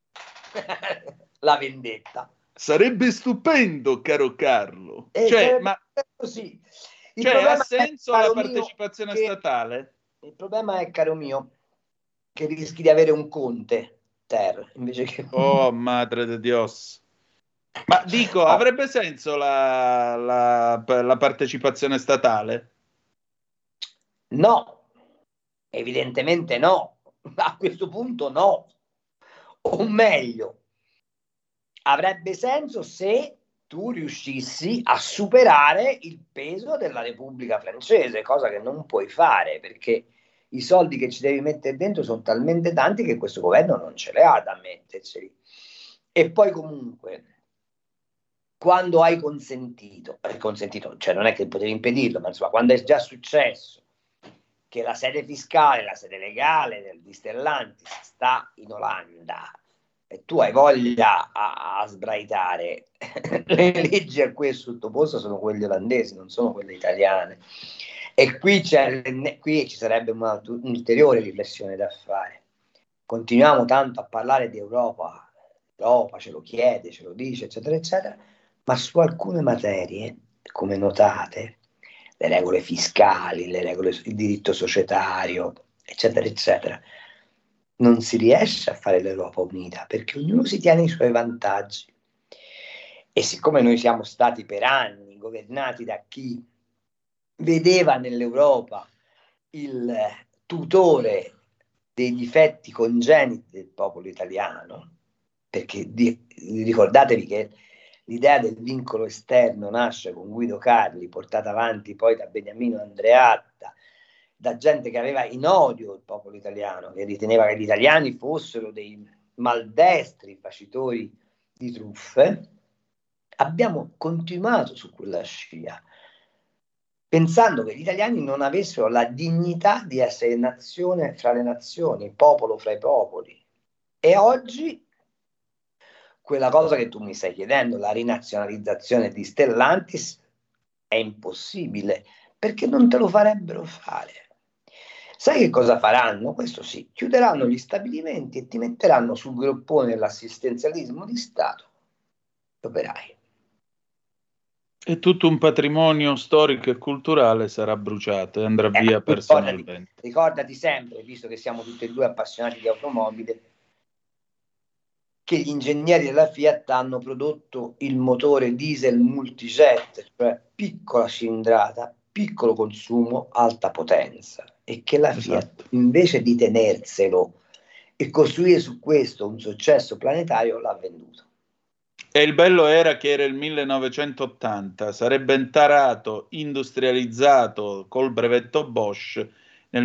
La vendetta. Sarebbe stupendo, caro Carlo. Ma così. Ha senso la partecipazione statale? Il problema è, caro mio, che rischi di avere un Conte invece che... Oh, madre de Dios. Ma dico, avrebbe senso la partecipazione statale? No, evidentemente no. A questo punto no. O meglio, avrebbe senso se tu riuscissi a superare il peso della Repubblica francese, cosa che non puoi fare, perché i soldi che ci devi mettere dentro sono talmente tanti che questo governo non ce le ha da metterceli. E poi comunque, quando hai consentito, cioè non è che potevi impedirlo, ma insomma, quando è già successo che la sede fiscale, la sede legale di Stellantis sta in Olanda, e tu hai voglia a sbraitare, le leggi a cui è sottoposto sono quelle olandesi, non sono quelle italiane. E qui ci sarebbe un'ulteriore riflessione da fare. Continuiamo tanto a parlare di Europa, l'Europa ce lo chiede, ce lo dice, eccetera, eccetera, ma su alcune materie, come notate, le regole fiscali, il diritto societario, eccetera, eccetera, non si riesce a fare l'Europa unita, perché ognuno si tiene i suoi vantaggi. E siccome noi siamo stati per anni governati da chi vedeva nell'Europa il tutore dei difetti congeniti del popolo italiano, perché ricordatevi che l'idea del vincolo esterno nasce con Guido Carli, portata avanti poi da Beniamino Andreatta, da gente che aveva in odio il popolo italiano, che riteneva che gli italiani fossero dei maldestri facitori di truffe. Abbiamo continuato su quella scia, pensando che gli italiani non avessero la dignità di essere nazione fra le nazioni, popolo fra i popoli. E oggi quella cosa che tu mi stai chiedendo, la rinazionalizzazione di Stellantis, è impossibile, perché non te lo farebbero fare. Sai che cosa faranno? Questo sì, chiuderanno gli stabilimenti e ti metteranno sul groppone dell'assistenzialismo di Stato gli operai. E tutto un patrimonio storico e culturale sarà bruciato e andrà via personalmente. Ricordati sempre, visto che siamo tutti e due appassionati di automobile, che gli ingegneri della Fiat hanno prodotto il motore diesel multijet, cioè piccola cilindrata, piccolo consumo, alta potenza, e che la Fiat, invece di tenerselo e costruire su questo un successo planetario, l'ha venduto. E il bello era che era il 1980, sarebbe entarato, industrializzato col brevetto Bosch nel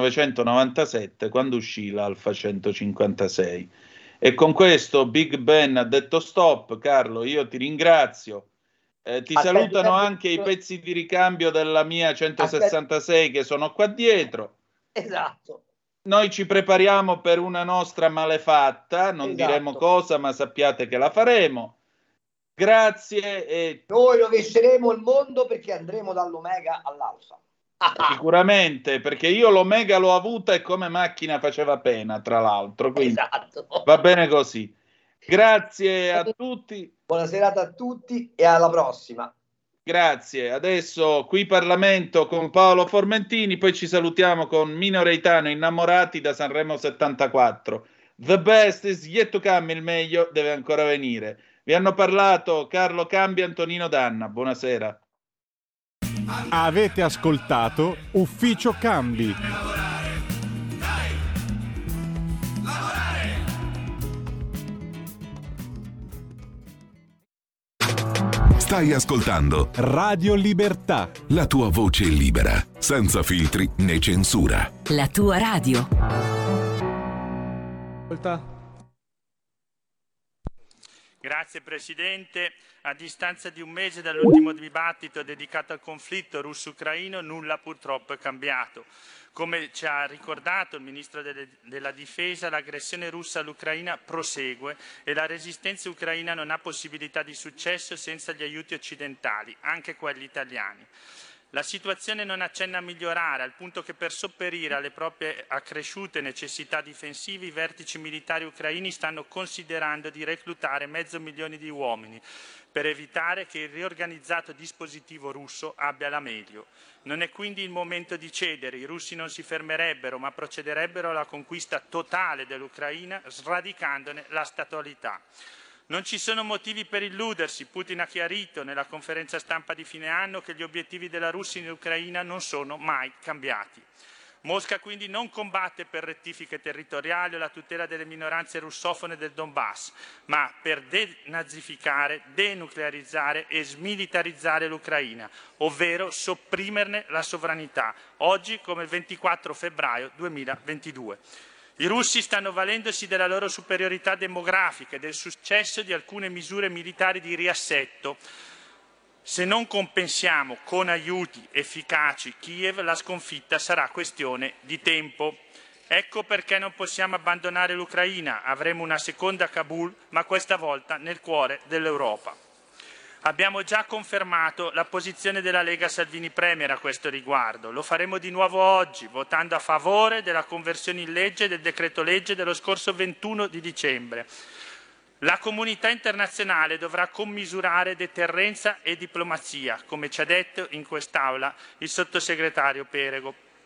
1997, quando uscì l'Alfa 156. E con questo Big Ben ha detto stop. Carlo, io ti ringrazio. Ti salutano anche i pezzi di ricambio della mia 166 che sono qua dietro. Esatto. Noi ci prepariamo per una nostra malefatta, non diremo cosa, ma sappiate che la faremo. Grazie. E noi rovesceremo il mondo perché andremo dall'Omega all'Alfa. Sicuramente, perché io l'Omega l'ho avuta e come macchina faceva pena, tra l'altro. Quindi va bene così. Grazie a tutti. Buona serata a tutti e alla prossima. Grazie. Adesso qui Parlamento con Paolo Formentini, poi ci salutiamo con Mino Reitano, Innamorati da Sanremo 74. The best is yet to come, il meglio deve ancora venire. Vi hanno parlato Carlo Cambi e Antonino Danna. Buonasera. Avete ascoltato Ufficio Cambi. Stai ascoltando Radio Libertà, la tua voce libera, senza filtri né censura. La tua radio. Grazie Presidente. A distanza di un mese dall'ultimo dibattito dedicato al conflitto russo-ucraino, nulla purtroppo è cambiato. Come ci ha ricordato il Ministro della Difesa, l'aggressione russa all'Ucraina prosegue e la resistenza ucraina non ha possibilità di successo senza gli aiuti occidentali, anche quelli italiani. La situazione non accenna a migliorare, al punto che per sopperire alle proprie accresciute necessità difensive i vertici militari ucraini stanno considerando di reclutare 500.000 di uomini per evitare che il riorganizzato dispositivo russo abbia la meglio. Non è quindi il momento di cedere, i russi non si fermerebbero ma procederebbero alla conquista totale dell'Ucraina sradicandone la statualità. Non ci sono motivi per illudersi. Putin ha chiarito nella conferenza stampa di fine anno che gli obiettivi della Russia in Ucraina non sono mai cambiati. Mosca quindi non combatte per rettifiche territoriali o la tutela delle minoranze russofone del Donbass, ma per denazificare, denuclearizzare e smilitarizzare l'Ucraina, ovvero sopprimerne la sovranità, oggi come il 24 febbraio 2022. I russi stanno valendosi della loro superiorità demografica e del successo di alcune misure militari di riassetto. Se non compensiamo con aiuti efficaci Kiev, la sconfitta sarà questione di tempo. Ecco perché non possiamo abbandonare l'Ucraina. Avremo una seconda Kabul, ma questa volta nel cuore dell'Europa. Abbiamo già confermato la posizione della Lega Salvini Premier a questo riguardo. Lo faremo di nuovo oggi, votando a favore della conversione in legge del decreto legge dello scorso 21 di dicembre. La comunità internazionale dovrà commisurare deterrenza e diplomazia, come ci ha detto in quest'Aula il sottosegretario Perego.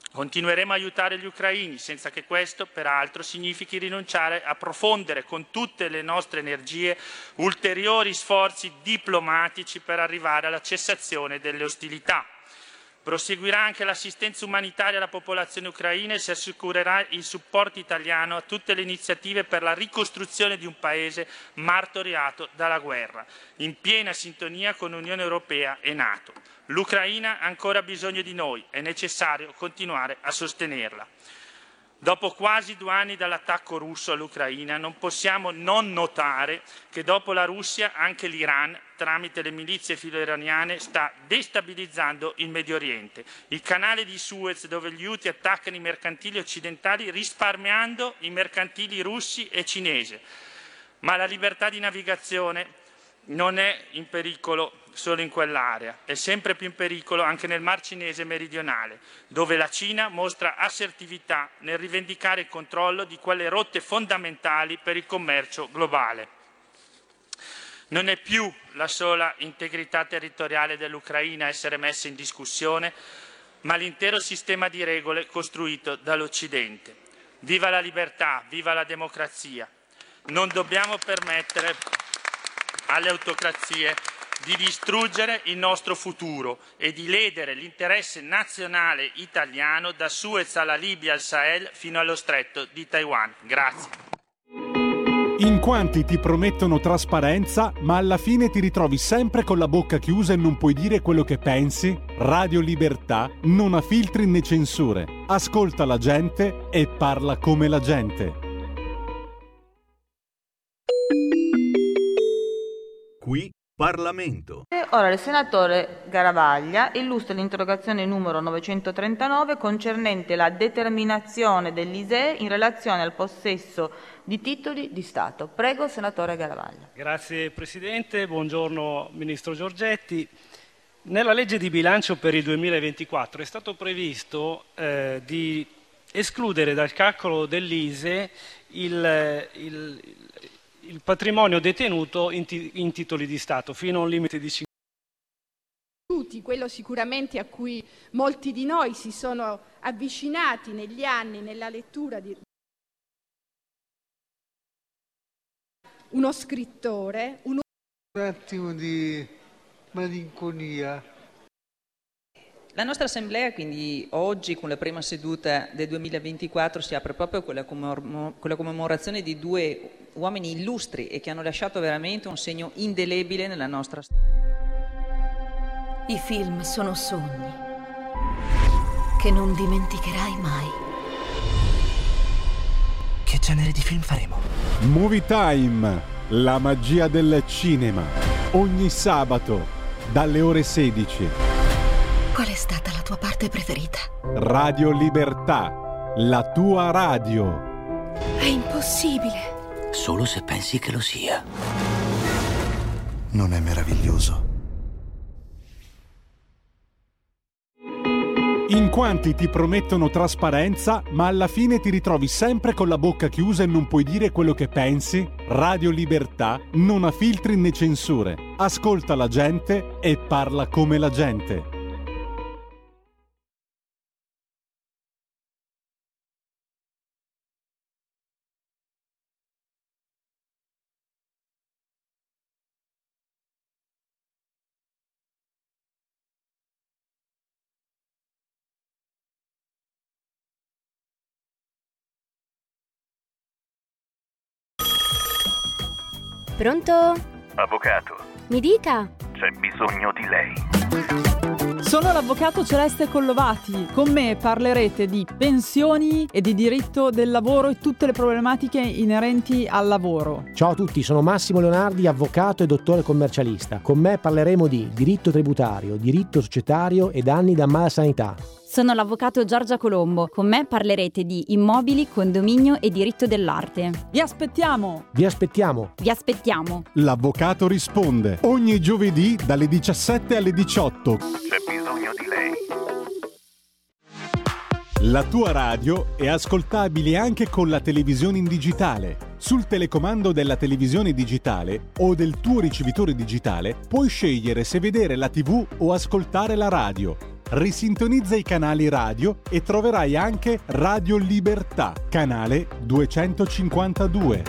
Continueremo a aiutare gli ucraini, senza che questo, peraltro, significhi rinunciare a profondere con tutte le nostre energie ulteriori sforzi diplomatici per arrivare alla cessazione delle ostilità. Proseguirà anche l'assistenza umanitaria alla popolazione ucraina e si assicurerà il supporto italiano a tutte le iniziative per la ricostruzione di un paese martoriato dalla guerra, in piena sintonia con l'Unione Europea e NATO. L'Ucraina ha ancora bisogno di noi, è necessario continuare a sostenerla. Dopo quasi 2 anni dall'attacco russo all'Ucraina non possiamo non notare che dopo la Russia anche l'Iran, tramite le milizie filoiraniane, sta destabilizzando il Medio Oriente. Il canale di Suez, dove gli Houthi attaccano i mercantili occidentali risparmiando i mercantili russi e cinesi. Ma la libertà di navigazione non è in pericolo solo in quell'area, è sempre più in pericolo anche nel Mar Cinese meridionale, dove la Cina mostra assertività nel rivendicare il controllo di quelle rotte fondamentali per il commercio globale. Non è più la sola integrità territoriale dell'Ucraina a essere messa in discussione, ma l'intero sistema di regole costruito dall'Occidente. Viva la libertà, viva la democrazia! Non dobbiamo permettere alle autocrazie di distruggere il nostro futuro e di ledere l'interesse nazionale italiano da Suez alla Libia al Sahel fino allo stretto di Taiwan. Grazie. In quanti ti promettono trasparenza, ma alla fine ti ritrovi sempre con la bocca chiusa e non puoi dire quello che pensi? Radio Libertà non ha filtri né censure. Ascolta la gente e parla come la gente. Qui Parlamento. Ora il senatore Garavaglia illustra l'interrogazione numero 939 concernente la determinazione dell'ISEE in relazione al possesso di titoli di Stato. Prego, senatore Garavaglia. Grazie Presidente, buongiorno Ministro Giorgetti. Nella legge di bilancio per il 2024 è stato previsto di escludere dal calcolo dell'ISEE il patrimonio detenuto in titoli di Stato fino a un limite di 5. Quello sicuramente a cui molti di noi si sono avvicinati negli anni nella lettura di uno scrittore. Un attimo di malinconia. La nostra Assemblea quindi oggi con la prima seduta del 2024 si apre proprio con la commemorazione di 2 uomini illustri e che hanno lasciato veramente un segno indelebile nella nostra storia. I film sono sogni che non dimenticherai mai. Che genere di film faremo? Movie Time, la magia del cinema. Ogni sabato dalle ore 16. Qual è stata la tua parte preferita? Radio Libertà, la tua radio. È impossibile. Solo se pensi che lo sia. Non è meraviglioso? In quanti ti promettono trasparenza, ma alla fine ti ritrovi sempre con la bocca chiusa e non puoi dire quello che pensi? Radio Libertà non ha filtri né censure. Ascolta la gente e parla come la gente. Pronto? Avvocato. Mi dica. C'è bisogno di lei. Sono l'avvocato Celeste Collovati. Con me parlerete di pensioni e di diritto del lavoro e tutte le problematiche inerenti al lavoro. Ciao a tutti, sono Massimo Leonardi, avvocato e dottore commercialista. Con me parleremo di diritto tributario, diritto societario e danni da malasanità. Sono l'avvocato Giorgia Colombo. Con me parlerete di immobili, condominio e diritto dell'arte. Vi aspettiamo! Vi aspettiamo! Vi aspettiamo! L'avvocato risponde ogni giovedì dalle 17 alle 18. C'è bisogno di lei. La tua radio è ascoltabile anche con la televisione in digitale. Sul telecomando della televisione digitale o del tuo ricevitore digitale puoi scegliere se vedere la TV o ascoltare la radio. Risintonizza i canali radio e troverai anche Radio Libertà, canale 252.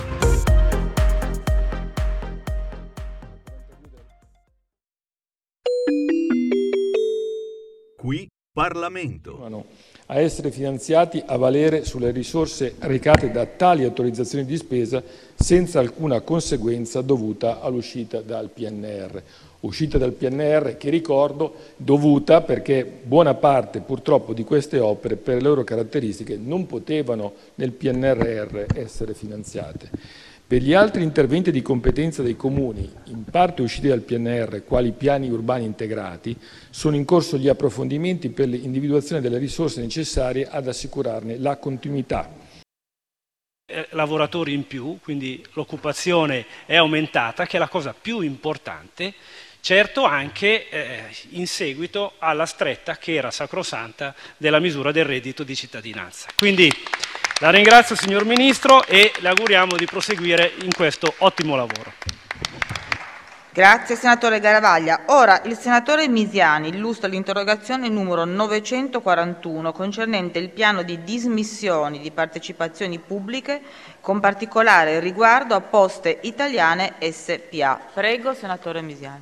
Qui Parlamento. A essere finanziati a valere sulle risorse recate da tali autorizzazioni di spesa senza alcuna conseguenza dovuta all'uscita dal PNR. Uscita dal PNR che, ricordo, dovuta perché buona parte purtroppo di queste opere per le loro caratteristiche non potevano nel PNRR essere finanziate. Per gli altri interventi di competenza dei comuni, in parte usciti dal PNR, quali piani urbani integrati, sono in corso gli approfondimenti per l'individuazione delle risorse necessarie ad assicurarne la continuità. Lavoratori in più, quindi l'occupazione è aumentata, che è la cosa più importante, certo anche in seguito alla stretta che era sacrosanta della misura del reddito di cittadinanza. Quindi la ringrazio signor Ministro e le auguriamo di proseguire in questo ottimo lavoro. Grazie senatore Garavaglia. Ora il senatore Misiani illustra l'interrogazione numero 941 concernente il piano di dismissioni di partecipazioni pubbliche con particolare riguardo a Poste Italiane SPA. Prego senatore Misiani.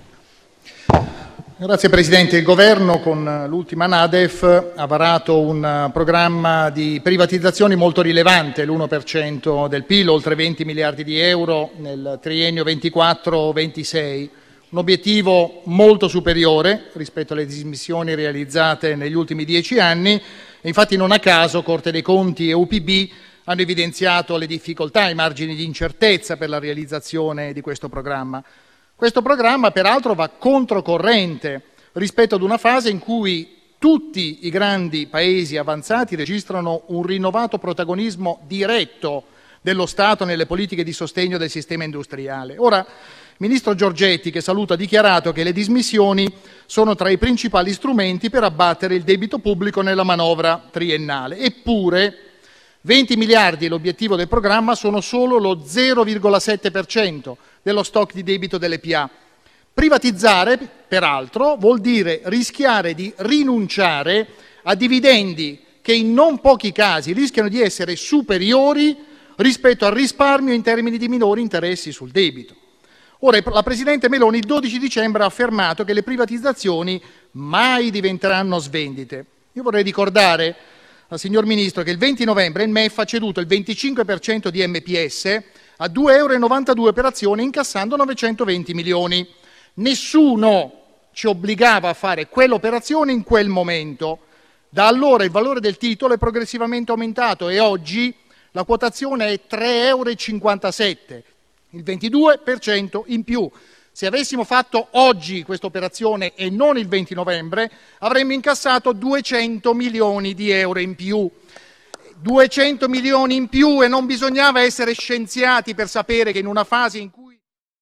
Grazie Presidente. Il Governo con l'ultima NADEF ha varato un programma di privatizzazioni molto rilevante, l'1% del PIL, oltre 20 miliardi di euro nel triennio 24-26, un obiettivo molto superiore rispetto alle dismissioni realizzate negli ultimi 10 anni e infatti non a caso Corte dei Conti e UPB hanno evidenziato le difficoltà e i margini di incertezza per la realizzazione di questo programma. Questo programma peraltro va controcorrente rispetto ad una fase in cui tutti i grandi paesi avanzati registrano un rinnovato protagonismo diretto dello Stato nelle politiche di sostegno del sistema industriale. Ora, il Ministro Giorgetti, che saluto, ha dichiarato che le dismissioni sono tra i principali strumenti per abbattere il debito pubblico nella manovra triennale. Eppure 20 miliardi, l'obiettivo del programma, sono solo lo 0,7% dello stock di debito delle PA. Privatizzare, peraltro, vuol dire rischiare di rinunciare a dividendi che in non pochi casi rischiano di essere superiori rispetto al risparmio in termini di minori interessi sul debito. Ora, la Presidente Meloni il 12 dicembre ha affermato che le privatizzazioni mai diventeranno svendite. Io vorrei ricordare al signor Ministro che il 20 novembre il MEF ha ceduto il 25% di MPS a 2,92 euro per azione, incassando 920 milioni. Nessuno ci obbligava a fare quell'operazione in quel momento. Da allora il valore del titolo è progressivamente aumentato e oggi la quotazione è 3,57 euro, il 22% in più. Se avessimo fatto oggi questa operazione e non il 20 novembre, avremmo incassato 200 milioni di euro in più. 200 milioni in più e non bisognava essere scienziati per sapere che in una fase in cui...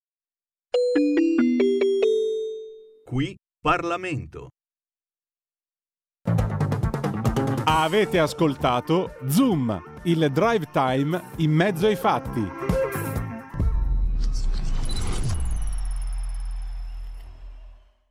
Qui Parlamento. Avete ascoltato Zoom, il drive time in mezzo ai fatti.